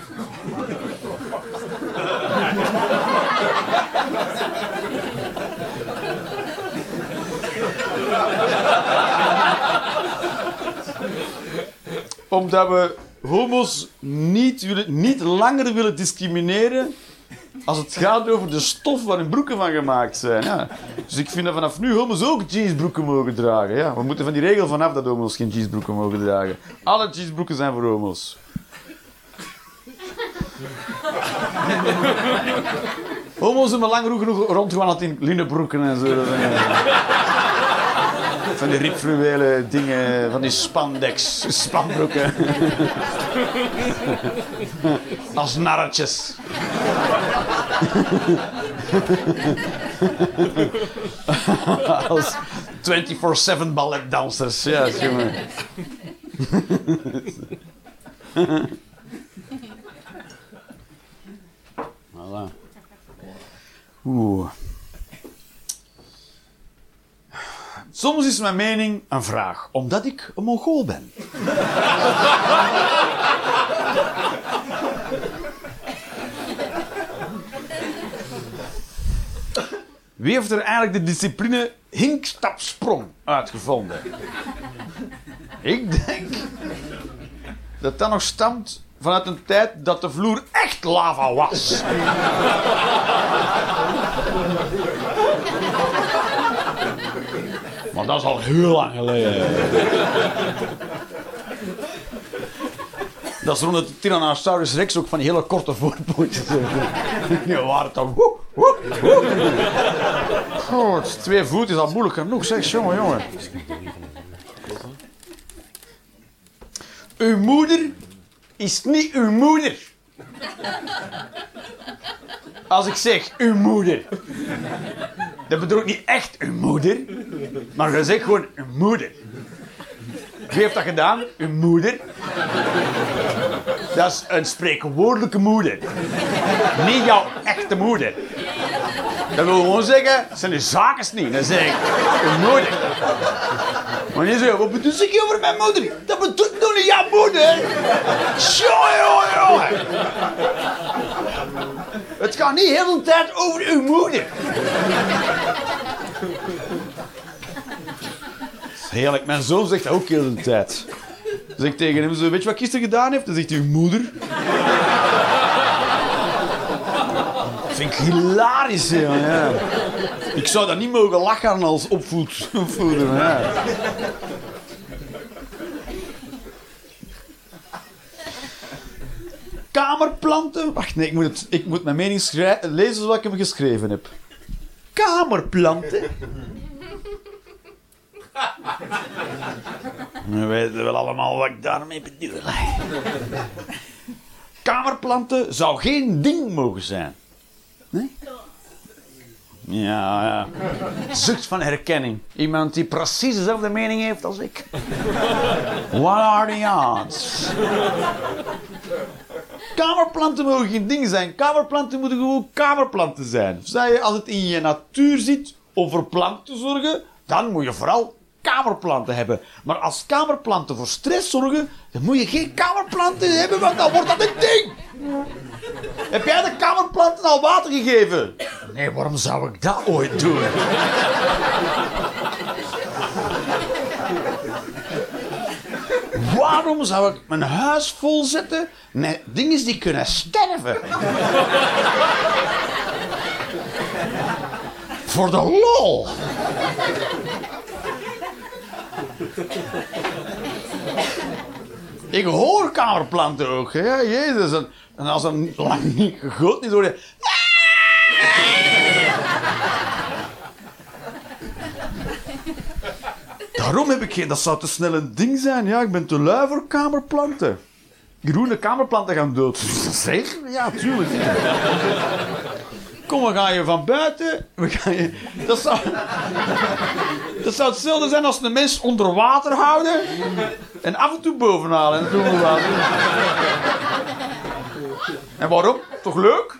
Omdat we homo's niet, willen, niet langer willen discrimineren als het gaat over de stof waar hun broeken van gemaakt zijn. Ja. Dus ik vind dat vanaf nu homo's ook jeansbroeken mogen dragen. Ja. We moeten van die regel vanaf dat homo's geen jeansbroeken mogen dragen. Alle jeansbroeken zijn voor homo's. Homo's hebben lang genoeg rondgewandeld in linnenbroeken en zo. Van die ribfluwelen dingen, van die spandex, spanbroeken. Als narretjes. Als vierentwintig zeven balletdansers. Ja, jongen. Voilà. Oeh. Soms is mijn mening een vraag, omdat ik een Mongool ben. Wie heeft er eigenlijk de discipline hinkstapsprong uitgevonden? Ik denk dat dat nog stamt vanuit een tijd dat de vloer echt lava was. Maar dat is al heel lang geleden. Dat is rond de Tyrannosaurus Rex ook van die hele korte voorpootjes. Die waren dan... Woe, woe, woe. Goed, twee voet is al moeilijk genoeg, zeg, jongen, jongen. Uw moeder is niet uw moeder. Als ik zeg uw moeder, dat bedoel ik niet echt uw moeder, maar je zegt gewoon uw moeder. Wie heeft dat gedaan? Uw moeder. Dat is een spreekwoordelijke moeder. Niet jouw echte moeder. Dat wil gewoon zeggen, dat zijn de zaken niet. Dan zeg ik, uw moeder. Maar niet zo, wat bedoel je over mijn moeder? Dat bedoel ik nog niet jouw moeder. Jongen, jongen, jongen. Het gaat niet heel de tijd over uw moeder. Heerlijk, mijn zoon zegt dat ook heel de tijd. Dan zeg ik tegen hem zo, weet je wat gisteren gedaan heeft? Dan zegt hij, uw moeder. Dat vind ik hilarisch, jongen. Ja. Ik zou dat niet mogen lachen als opvoed, opvoeder. Ja. Kamerplanten... Wacht, nee, ik moet, het, ik moet mijn mening schrij- lezen zoals ik hem geschreven heb. Kamerplanten... We weten wel allemaal wat ik daarmee bedoel. Kamerplanten zou geen ding mogen zijn. Nee? Ja, ja. Zucht van herkenning. Iemand die precies dezelfde mening heeft als ik. What are the odds? Kamerplanten mogen geen ding zijn. Kamerplanten moeten gewoon kamerplanten zijn. Zei je, als het in je natuur zit om voor plant te zorgen, dan moet je vooral kamerplanten hebben. Maar als kamerplanten voor stress zorgen, dan moet je geen kamerplanten hebben, want dan wordt dat een ding. Heb jij de kamerplanten al water gegeven? Nee, waarom zou ik dat ooit doen? Waarom zou ik mijn huis volzetten met dingen die kunnen sterven? Voor de lol. Ik hoor kamerplanten ook. Ja, jezus. En, en als een lang niet gegoten is, hoor je... Daarom heb ik geen... Dat zou te snel een ding zijn. Ja, ik ben te lui voor kamerplanten. Groene kamerplanten gaan dood. Zeg? Ja, tuurlijk. Ja. Kom, we gaan je van buiten. We gaan je... Dat zou... Dat zou hetzelfde zijn als een mens onder water houden en af en toe bovenhalen en toe water. En waarom? Toch leuk?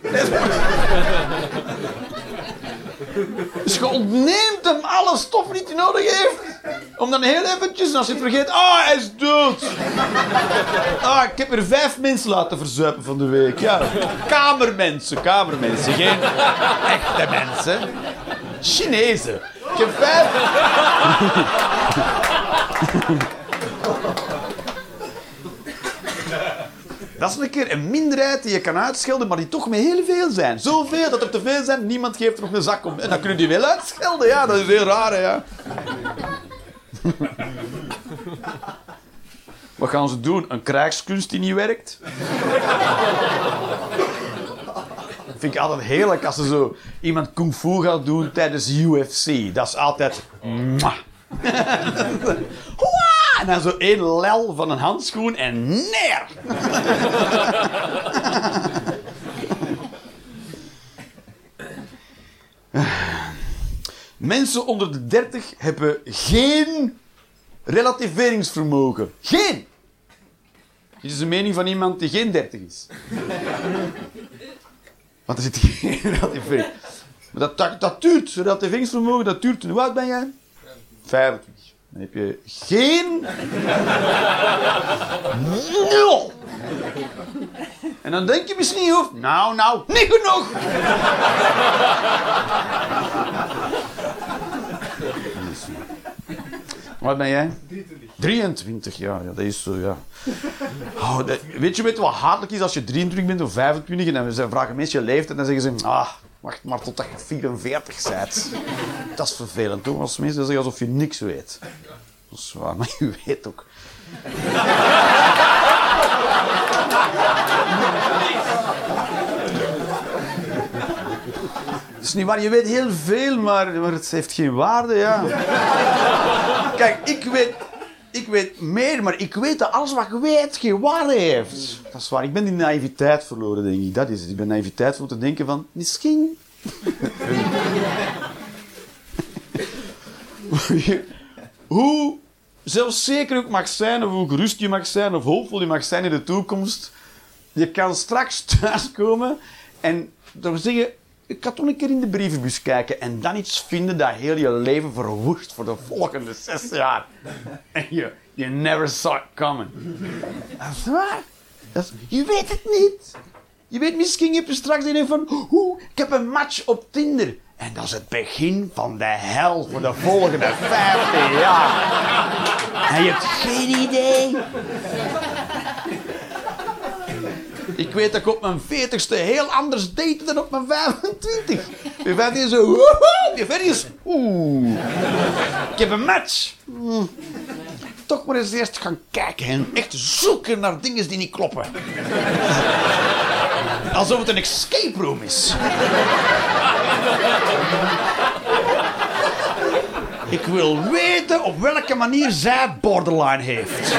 Dus je ontneemt hem alle stof die hij nodig heeft Om dan heel eventjes, als je het vergeet... Ah, hij is dood. Ah, ik heb er vijf mensen laten verzuipen van de week. Ja, kamermensen, kamermensen. Geen echte mensen. Chinezen. Ik heb vijf... Dat is een keer een minderheid die je kan uitschelden, maar die toch met heel veel zijn. Zoveel dat er te veel zijn, niemand geeft er nog een zak om. En dan kunnen die wel uitschelden, ja. Dat is heel raar, hè, ja. Wat gaan ze doen? Een krijgskunst die niet werkt? Dat vind ik altijd heerlijk als ze zo iemand kung fu gaat doen tijdens U F C. Dat is altijd... En dan zo één lel van een handschoen en neer. Mensen onder de dertig hebben geen relativeringsvermogen. Geen! Dit is de mening van iemand die geen dertig is. Want er zit geen relativering. Maar dat, dat, dat duurt, relativeringsvermogen, dat duurt. Hoe oud ben jij? vijfentwintig. Dan heb je geen... Nul! En dan denk je misschien je hoofd... Nou, nou, niet genoeg! Wat ben jij? drieëntwintig. drieëntwintig, ja, ja dat is zo, ja. Oh, dat, weet je weet wat hatelijk is als je drieëntwintig bent of vijfentwintig en dan vragen mensen je leeftijd en dan zeggen ze... Ah, wacht maar totdat je vierenveertig bent. Dat is vervelend, toch? Als mensen zeggen alsof je niks weet. Dat is waar, maar je weet ook. Het is niet waar, je weet heel veel, maar, maar het heeft geen waarde, ja. Kijk, ik weet, ik weet meer, maar ik weet dat alles wat ik weet geen waarde heeft. Dat is waar, ik ben die naïviteit verloren, denk ik. Dat is het. Ik ben naïviteit verloren te denken van, misschien... Hoe zelfzeker ook mag zijn, of hoe gerust je mag zijn, of hoopvol je mag zijn in de toekomst, je kan straks thuiskomen en dan zeggen... Ik ga toch een keer in de brievenbus kijken en dan iets vinden dat heel je leven verwoest voor de volgende zes jaar. En je, you never saw it coming. Dat is waar. Dat is, je weet het niet. Je weet misschien, heb je straks een van, hoe, ik heb een match op Tinder. En dat is het begin van de hel voor de volgende vijftig jaar. En je hebt geen idee. Ik weet dat ik op mijn veertigste heel anders date dan op mijn vijfentwintig. Mijn vijftig is zo... Woehoe! Je veertig is... Oeh. Ik heb een match. Hmm. Toch maar eens eerst gaan kijken en echt zoeken naar dingen die niet kloppen. Alsof het een escape room is. Ik wil weten op welke manier zij borderline heeft.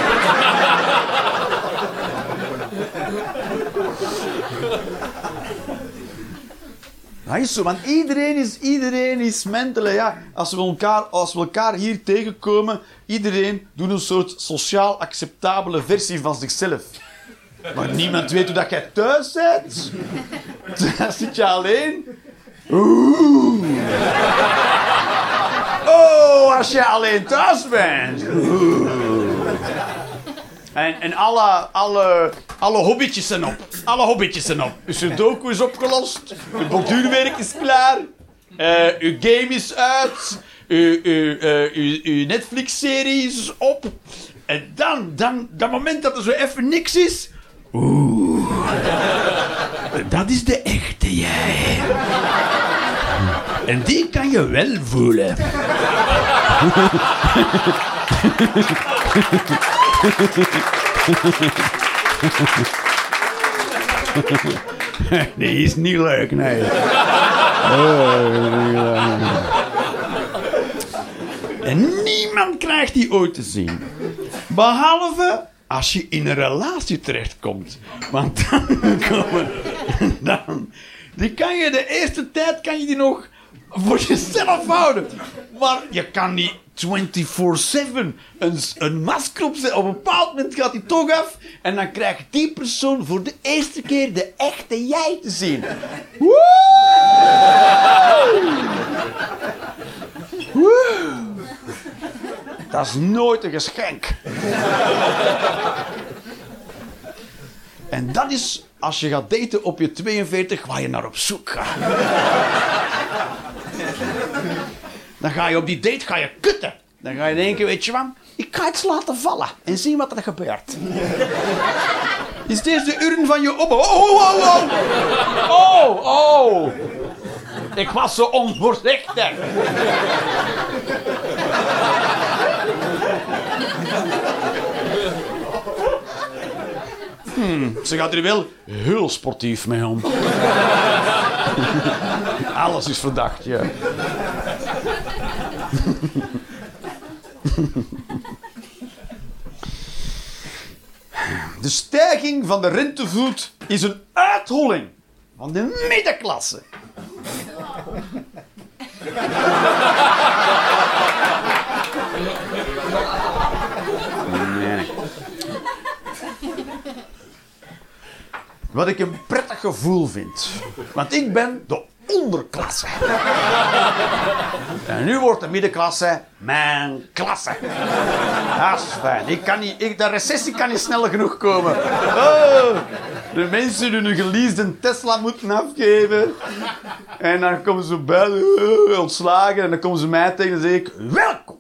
Dat is zo, want iedereen is, iedereen is mental. Ja. Als, we elkaar, als we elkaar hier tegenkomen, iedereen doet een soort sociaal acceptabele versie van zichzelf. Maar niemand weet hoe dat jij thuis bent. Dan zit je alleen. Oeh. Oh, als je alleen thuis bent. Oeh. En, en alle, alle, alle hobbytjes zijn op. Alle hobbytjes zijn op. Uw sudoku is opgelost. Uw borduurwerk is klaar. Uh, uw game is uit. Uw, uw, uh, uw, uw Netflix-serie is op. En dan, dan, dat moment dat er zo even niks is... Oeh. Dat is de echte jij. En die kan je wel voelen. Die is niet leuk, nee. En niemand krijgt die ooit te zien. Behalve als je in een relatie terechtkomt. Want dan komen... Dan, die kan je de eerste tijd kan je die nog voor jezelf houden. Maar je kan niet vierentwintig zeven een, een masker opzetten. Op een bepaald moment gaat die toch af. En dan krijgt die persoon voor de eerste keer de echte jij te zien. Woe! Woe! Dat is nooit een geschenk. En dat is, als je gaat daten op je tweeënveertig, waar je naar op zoek gaat. Dan ga je op die date ga je kutten. Dan ga je denken, weet je wat, ik ga iets laten vallen en zien wat er gebeurt. Is deze de uren van je op? Oh, oh, oh, oh. Oh, oh. Ik was zo onvoorzichtig. Hmm, ze gaat er wel heel sportief mee om. Alles is verdacht, ja. De stijging van de rentevoet is een uitholling van de middenklasse. Nee, nee. Wat ik een prettig gevoel vind. Want ik ben de onderklasse. En nu wordt de middenklasse mijn klasse. Dat is fijn. Ik kan niet, ik, de recessie kan niet snel genoeg komen. Oh, de mensen die hun geleasede Tesla moeten afgeven. En dan komen ze bij, uh, ontslagen. En dan komen ze mij tegen en zeg ik, welkom.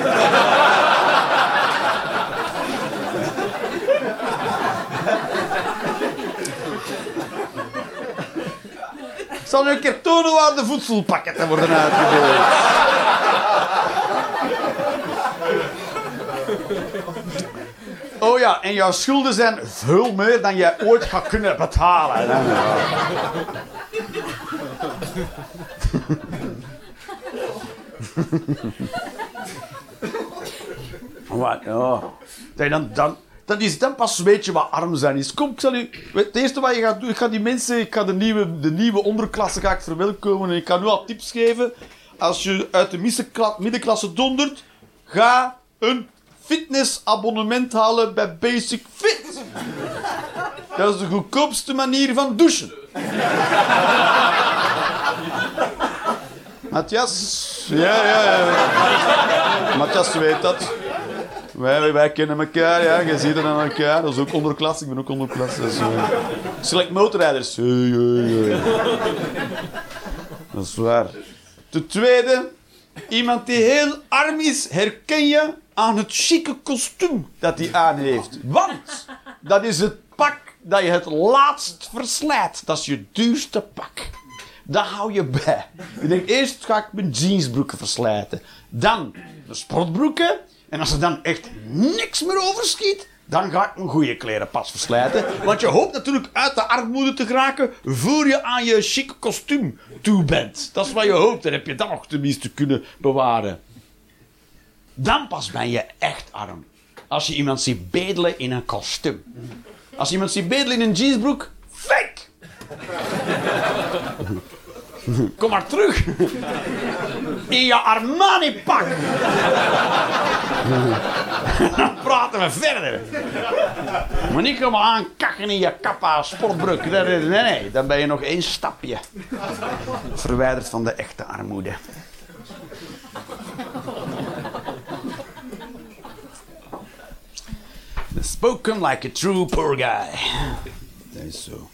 Ik zal nu een keer tonen waar de voedselpakketten worden uitgedeeld. Oh ja, en jouw schulden zijn veel meer dan jij ooit gaat kunnen betalen. Wat? Oh. Dan, dan, dan is dan pas weet je wat arm zijn is. Kom, ik zal u... Het eerste wat je gaat doen, ik ga die mensen, ik ga de nieuwe, de nieuwe onderklasse ga ik verwelkomen en ik ga nu al tips geven. Als je uit de middenklasse dondert, ga een fitnessabonnement halen bij Basic Fit. Dat is de goedkoopste manier van douchen. Matthias? Ja, ja, ja. Matthias weet dat. Wij, wij kennen elkaar, ja. Je ziet het aan elkaar. Dat is ook onderklasse. Ik ben ook onderklasse. Dat is uh, select motorrijders. Hey, hey, hey. Dat is waar. Ten tweede, iemand die heel arm is, herken je aan het chique kostuum dat hij aan heeft. Want dat is het pak dat je het laatst verslijt. Dat is je duurste pak. Dat hou je bij. Je denkt, eerst ga ik mijn jeansbroeken verslijten. Dan de sportbroeken. En als er dan echt niks meer overschiet, dan ga ik mijn goede kleren pas verslijten. Want je hoopt natuurlijk uit de armoede te geraken voor je aan je chic kostuum toe bent. Dat is wat je hoopt. Dan heb je dat nog tenminste kunnen bewaren. Dan pas ben je echt arm. Als je iemand ziet bedelen in een kostuum. Als je iemand ziet bedelen in een jeansbroek, fake! Kom maar terug. In je Armani-pak. Dan praten we verder. Maar niet komen aankakken in je kappa sportbroek. Nee, nee, nee. Dan ben je nog één stapje verwijderd van de echte armoede. Spoken like a true poor guy. Dat is zo.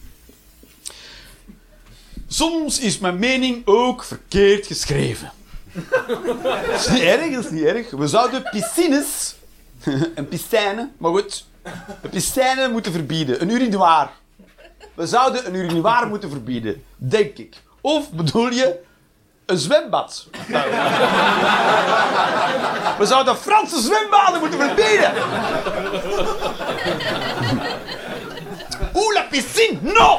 Soms is mijn mening ook verkeerd geschreven. Dat is niet erg, dat is niet erg. We zouden piscines, een piscine, maar goed, een piscine moeten verbieden. Een urinoir. We zouden een urinoir moeten verbieden, denk ik. Of bedoel je een zwembad? We zouden Franse zwembaden moeten verbieden. Oeh, la piscine, no!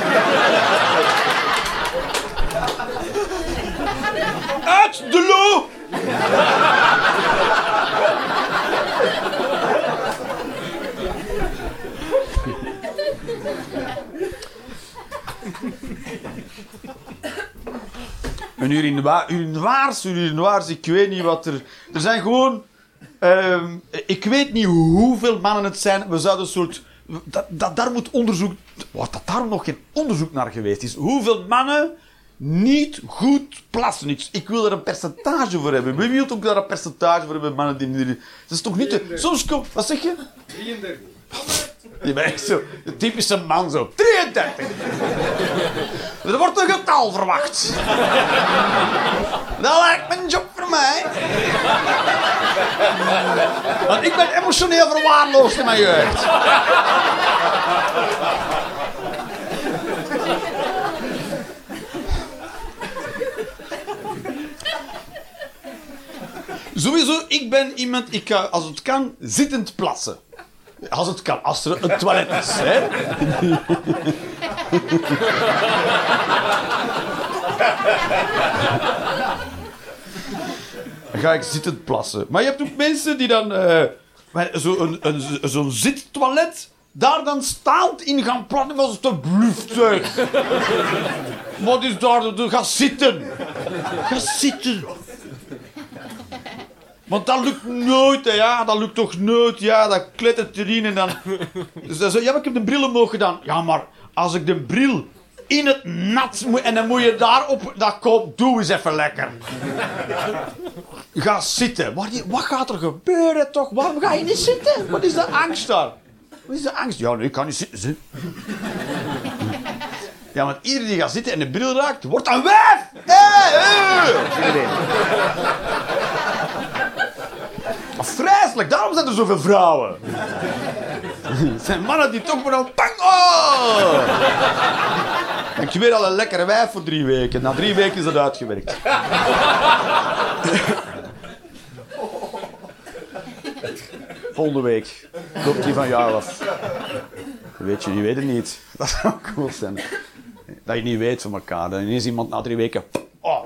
Uit de l'eau! Een urinoir, urinoirs, urinoirs, ik weet niet wat er... Er zijn gewoon... Uh, ik weet niet hoeveel mannen het zijn. We zouden een soort... Dat, dat, daar moet onderzoek... Wat dat daar nog geen onderzoek naar geweest is. Hoeveel mannen niet goed plassen. Ik, ik wil er een percentage voor hebben. Wie wil ook daar een percentage voor hebben, mannen die niet... Dat is toch niet... Te, soms komt... Wat zeg je? drieëndertig. Je bent echt zo... De typische man zo. drieëndertig. Er wordt een getal verwacht. Dat lijkt me een job voor mij. Want ik ben emotioneel verwaarloosd in mijn jeugd. Sowieso, ik ben iemand, ik ga, als het kan, zittend plassen. Als het kan, als er een toilet is, hè. Dan ga ik zittend plassen. Maar je hebt ook mensen die dan uh, zo'n een, zo zittoilet daar dan staand in gaan plassen. Maar alsjeblieft, zeg. Wat is daar? Ga zitten. Ga zitten. Want dat lukt nooit, hè, ja. Dat lukt toch nooit, ja. Dat klettert erin en dan... Dus dan zo, ja, maar ik heb de bril omhoog gedaan. Ja, maar als ik de bril in het nat moet... En dan moet je daarop... Dat komt, doe eens even lekker. Ga zitten. Wat, wat gaat er gebeuren, toch? Waarom ga je niet zitten? Wat is de angst daar? Wat is de angst? Ja, nee, ik kan niet zitten. Ja, want iedereen die gaat zitten en de bril raakt, wordt een wijf! Hey, hey. Iedereen. Vreselijk, daarom zijn er zoveel vrouwen. Het zijn mannen die toch maar dan... Pang! Oh! En ik weet al een lekkere wijf voor drie weken. Na drie weken is dat uitgewerkt. Volgende week loopt die van jou af. Weet je, je weet het niet. Dat zou cool zijn. Dat je niet weet van elkaar. Dan ineens iemand na drie weken... Oh.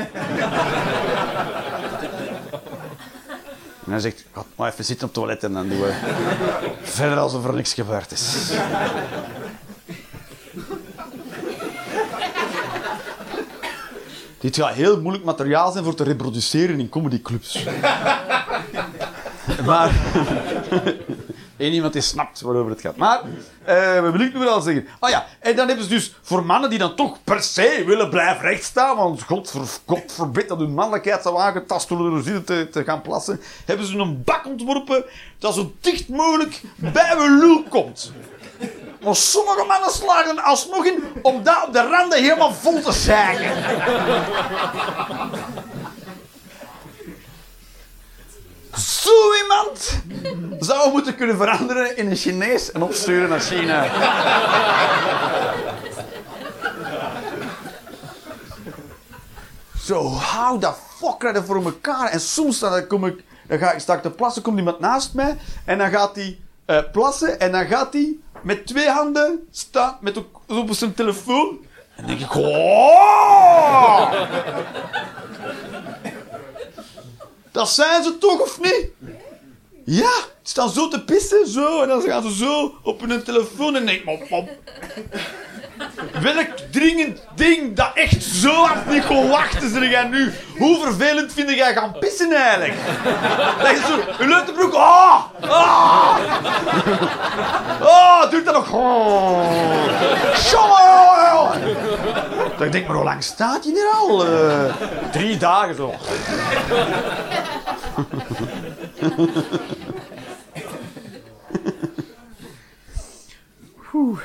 En hij zegt, ga maar even zitten op het toilet en dan doen we verder alsof er niks gebeurd is. Dit gaat heel moeilijk materiaal zijn voor te reproduceren in comedyclubs. Maar... Eén iemand die snapt waarover het gaat. Maar, uh, wat wil ik nu wel zeggen? Oh ja, en dan hebben ze dus voor mannen die dan toch per se willen blijven rechtstaan, want God, ver, God verbiedt dat hun mannelijkheid zou aangetast worden door zitten te, te gaan plassen, hebben ze een bak ontworpen dat zo dicht mogelijk bij hun lul komt. Maar sommige mannen slagen er alsnog in om dat op de randen helemaal vol te zeiken. Zo iemand zou moeten kunnen veranderen in een Chinees en opsturen naar China. Zo, hou dat fuck voor elkaar. En soms dan, kom ik, dan ga ik straks te plassen, komt iemand naast mij en dan gaat hij uh, plassen en dan gaat hij met twee handen staan, met ook, op zijn telefoon. En dan denk ik, oh! Dat zijn ze toch, of niet? Ja, ze staan zo te pissen, zo, en dan gaan ze zo op hun telefoon en denk ik, maar, welk dringend ding dat echt zo hard niet kon wachten, zeg jij nu? Hoe vervelend vind jij gaan pissen eigenlijk? Dat je zo, je leutenbroek, ah! Ah! Oh, doe dat nog. Oh. Jongen! Dat ik denk, maar hoe lang staat je hier al? Uh, drie dagen zo. Oeh.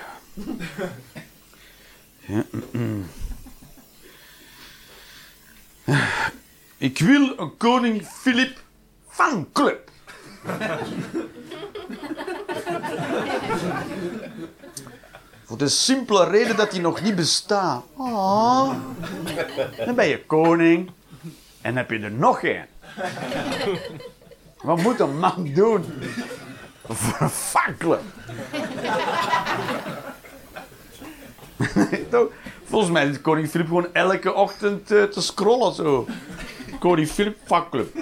Ja, mm. Ik wil een koning Filip fanclub. Voor de simpele reden dat hij nog niet bestaat. Oh. Dan ben je koning en heb je er nog één. Wat moet een man doen voor een fanclub? Volgens mij is koning Filip gewoon elke ochtend uh, te scrollen zo. Koning Filip fanclub.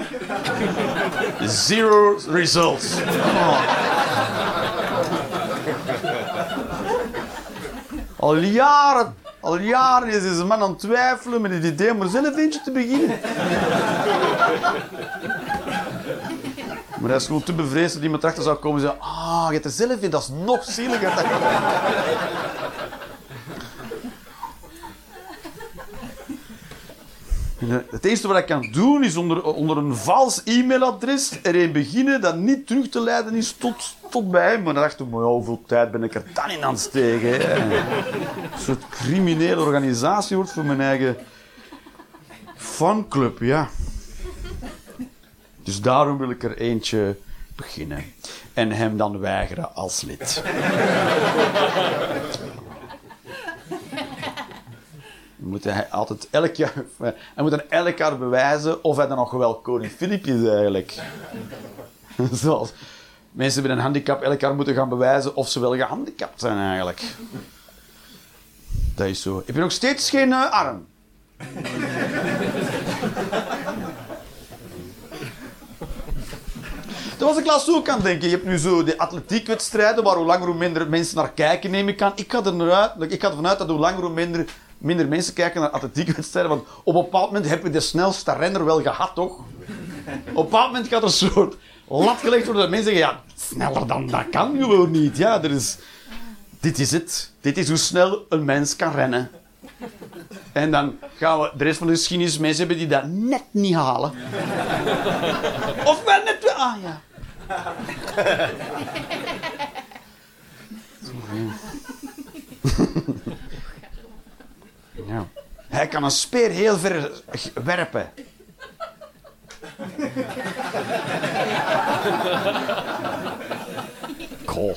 Zero results. Oh. Al jaren, al jaren is deze man aan het twijfelen met het idee om er zelf eentje te beginnen. Maar hij is gewoon te bevreesd dat iemand achter zou komen en zeggen: ah, je hebt er zelf in, dat is nog zieliger. Het enige wat ik kan doen is onder, onder een vals e-mailadres er een beginnen dat niet terug te leiden is tot, tot bij hem. Maar dan dacht ik, maar ja, hoeveel tijd ben ik er dan in aan het steken? Hè? Een soort criminele organisatie wordt voor mijn eigen fanclub, ja. Dus daarom wil ik er eentje beginnen. En hem dan weigeren als lid. Dan moet hij altijd elk jaar... Hij moet dan elk jaar bewijzen of hij dan nog wel koning Filip is, eigenlijk. Zoals mensen met een handicap elk jaar moeten gaan bewijzen of ze wel gehandicapt zijn, eigenlijk. Dat is zo. Heb je nog steeds geen uh, arm? Dat was ik laatst ook aan het denken. Je hebt nu zo de atletiekwedstrijden waar hoe langer hoe minder mensen naar kijken, neem ik aan. Ik ga, er eruit, ik ga ervan uit dat hoe langer hoe minder, minder mensen kijken naar atletiekwedstrijden. Want op een bepaald moment heb je de snelste renner wel gehad, toch? Op een bepaald moment gaat er een soort lat gelegd worden dat mensen zeggen, ja, sneller dan dat kan gewoon niet. Ja, er is... Dit is het. Dit is hoe snel een mens kan rennen. En dan gaan we de rest van de geschiedenis mensen hebben die dat net niet halen. Of wel net... Ah, ja. Ja. Hij kan een speer heel ver werpen. Cool.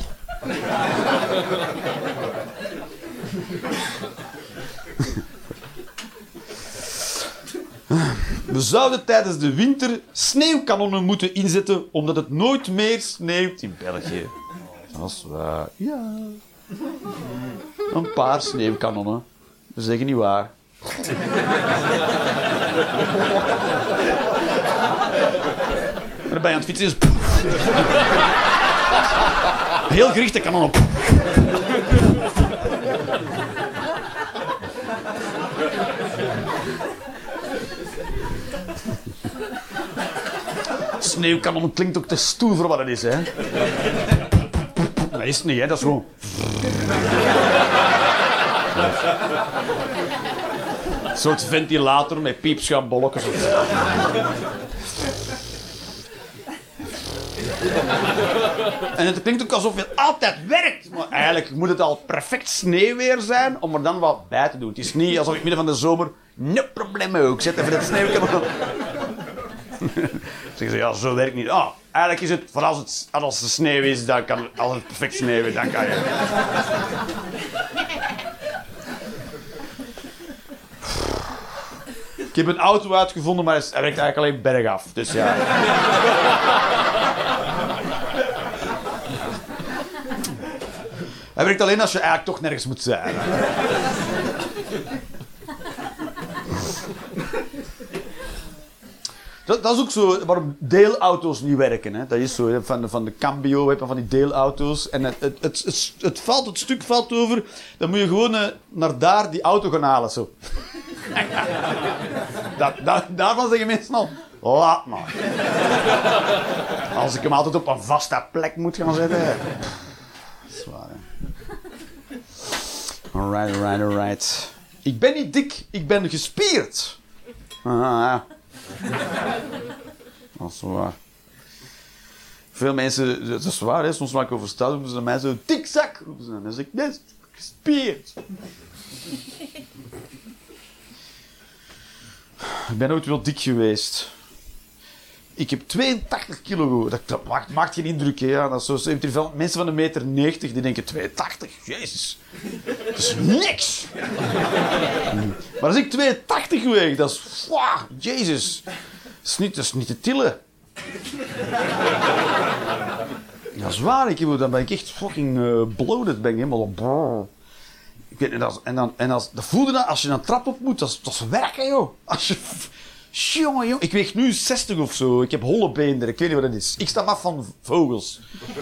We zouden tijdens de winter sneeuwkanonnen moeten inzetten, omdat het nooit meer sneeuwt in België. Dat is waar. Ja. Een paar sneeuwkanonnen. We zeggen niet waar. En dan ben je aan het fietsen is... Heel gerichte kanonnen. Sneeuwkanon klinkt ook te stoer voor wat het is, hè. Dat is het niet, hè. Dat is gewoon... Een soort ventilator met piepschuimbolletjes. En het klinkt ook alsof het altijd werkt. Maar eigenlijk moet het al perfect sneeuwweer zijn om er dan wat bij te doen. Het is niet alsof ik midden van de zomer... No probleem ook. Zet even dat sneeuwkanon... Zeggen ze, ja, zo werkt niet. Ah, eigenlijk is het, voor als het, als het sneeuw is, dan kan, als het perfect sneeuw is, dan kan je. Ik heb een auto uitgevonden, maar hij werkt eigenlijk alleen bergaf. Dus ja. Hij werkt alleen als je eigenlijk toch nergens moet zijn. Dat, dat is ook zo waarom deelauto's niet werken. Hè. Dat is zo, hè. Van, de, van de Cambio heb je van die deelauto's. En het, het, het, het, het, valt, het stuk valt over. Dan moet je gewoon uh, naar daar die auto gaan halen. Zo. dat, dat, daarvan zeggen mensen al, laat maar. Als ik hem altijd op een vaste plek moet gaan zetten. Dat is waar, hè. Alright, alright, alright. Ik ben niet dik, ik ben gespierd. Ah, ja. Dat is waar. Veel mensen, dat is waar, hè? Soms maak ik over stad, roepen ze naar mij zo, tikzak, roepen ze dan. Dan zeg ik, nee, gespierd. Ik ben ooit wel dik geweest. Ik heb tweeëntachtig kilo. Dat, dat maakt, maakt geen indruk, hè? Ja, dat is zo, veel mensen van een meter negentig die denken tweeëntachtig, jezus. Dat is niks. Maar als ik tweeëntachtig weeg, dat is... Wow, jezus. Dat is niet, dat is niet te tillen. Dat is waar. Ik, dan ben ik echt fucking uh, bloated. Ben ik helemaal... Brrr. Ik weet, en als, en dan, en als, dat voelde dat als je een trap op moet. Dat is, dat is werken, joh. Als je... Jongen, jongen. Ik weeg nu zestig of zo. Ik heb holle beenderen. Ik weet niet wat dat is. Ik sta af van vogels.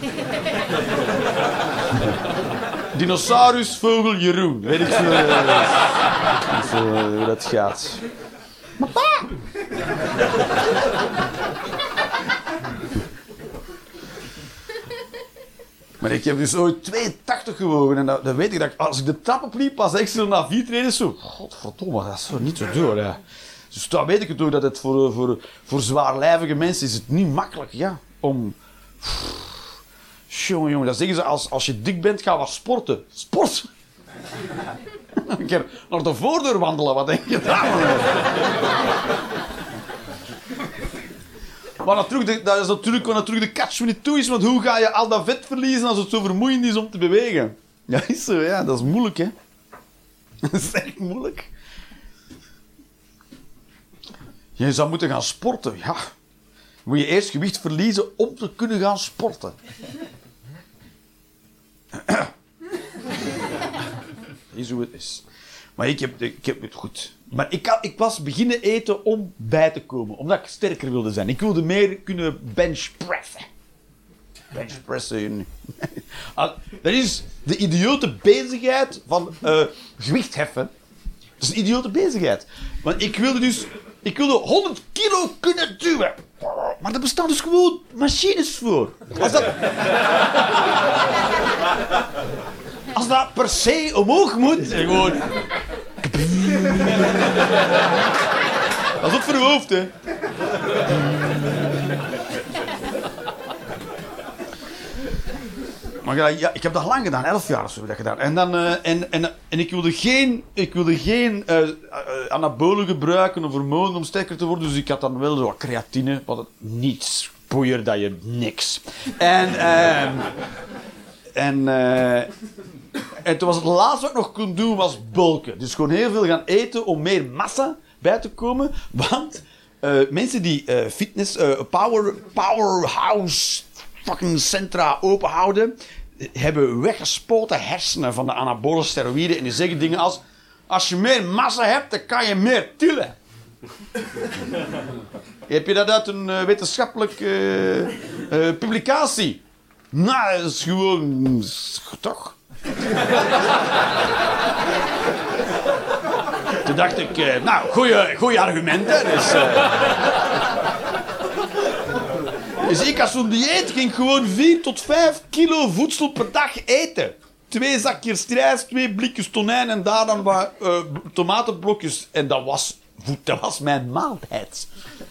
Dinosaurusvogel Jeroen. Weet ik veel uh, zo, uh, hoe dat gaat. Papa! Maar ik heb dus ooit tweeëntachtig gewogen. En dan, dan weet ik dat ik, als ik de trap opliep, pas ik zo na vier treden zo... Godverdomme, dat is zo niet zo door, hè. Dus dat weet ik het ook, dat het voor, voor, voor zwaarlijvige mensen is het niet makkelijk, ja, om... Jongen, jongen, dat zeggen ze, als, als je dik bent, ga wat sporten. Sport! Een keer naar de voordeur wandelen, wat denk je daar? Maar natuurlijk, dat is natuurlijk wat natuurlijk de catch twenty-two is, want hoe ga je al dat vet verliezen als het zo vermoeiend is om te bewegen? Ja, is zo, ja, dat is moeilijk, hè. Dat is echt moeilijk. Je zou moeten gaan sporten, ja. Moet je eerst gewicht verliezen om te kunnen gaan sporten. Is hoe het is. Maar ik heb, ik heb het goed. Maar ik, had, ik was beginnen eten om bij te komen. Omdat ik sterker wilde zijn. Ik wilde meer kunnen benchpressen. Benchpressen. Dat is de idiote bezigheid van uh, gewicht heffen. Dat is een idiote bezigheid. Want ik wilde dus... Ik wilde honderd kilo kunnen duwen. Maar er bestaan dus gewoon machines voor. Als dat... Als dat per se omhoog moet, gewoon... Dat is ook voor je hoofd, hè. Maar ja, ja, ik heb dat lang gedaan, elf jaar of zo heb ik dat gedaan. En, dan, uh, en, en, en ik wilde geen, ik wilde geen uh, uh, anabolen gebruiken of hormonen om sterker te worden. Dus ik had dan wel zo wat creatine, wat het niets boeier dat je niks. En, uh, en, uh, en toen was het laatste wat ik nog kon doen, was bulken. Dus gewoon heel veel gaan eten om meer massa bij te komen. Want uh, mensen die uh, fitness, uh, power, powerhouse... fucking centra openhouden, hebben weggespoten hersenen van de anabole steroïden en die zeggen dingen als: als je meer massa hebt, dan kan je meer tillen. Heb je dat uit een uh, wetenschappelijke uh, uh, publicatie? Nou, dat is gewoon... toch? Toen dacht ik, uh, nou, goeie argumenten. Dus, uh, Dus ik als zo'n dieet ging gewoon vier tot vijf kilo voedsel per dag eten. Twee zakjes rijst, twee blikjes tonijn en daar dan wat uh, tomatenblokjes. En dat was, dat was mijn maaltijd.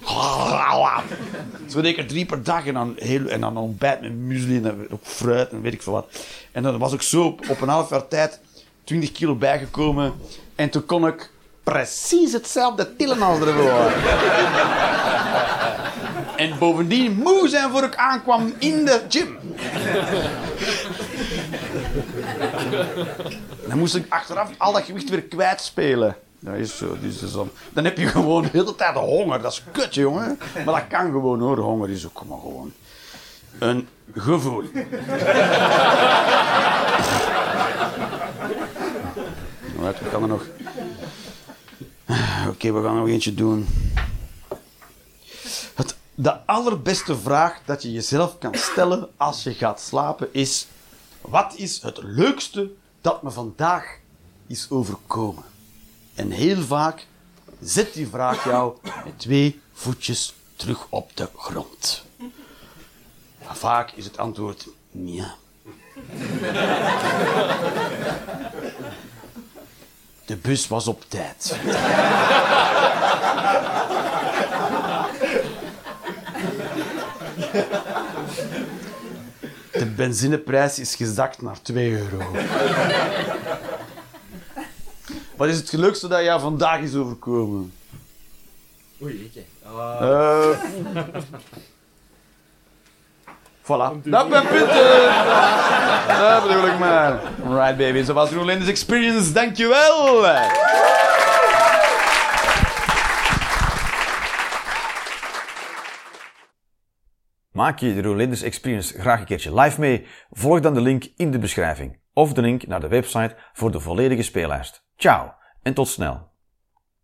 Zo deed ik er drie per dag en dan, heel, en dan ontbijt met muesli en ook fruit en weet ik veel wat. En dan was ik zo op, op een half jaar tijd twintig kilo bijgekomen. En toen kon ik precies hetzelfde tillen als ervoor. En bovendien moe zijn voor ik aankwam in de gym. Dan moest ik achteraf al dat gewicht weer kwijtspelen. Dat is zo, dus dan, dan heb je gewoon de hele tijd honger. Dat is kut, jongen. Maar dat kan gewoon, hoor. Honger is ook maar gewoon een gevoel. Right, we gaan er nog... Oké, okay, we gaan er nog eentje doen. Het, de allerbeste vraag dat je jezelf kan stellen als je gaat slapen is: wat is het leukste dat me vandaag is overkomen? En heel vaak zet die vraag jou met twee voetjes terug op de grond. Maar vaak is het antwoord ja. De bus was op tijd. De benzineprijs is gezakt naar twee euro. Wat is het leukste dat jou vandaag is overkomen? Oei, ik. Uh... Uh... Voilà. Dat ben punten. Dat bedoel ik maar. Alright, baby. Zo was Roland's Experience. Dankjewel. Maak je de Roland's Experience graag een keertje live mee? Volg dan de link in de beschrijving. Of de link naar de website voor de volledige speellijst. Ciao en tot snel.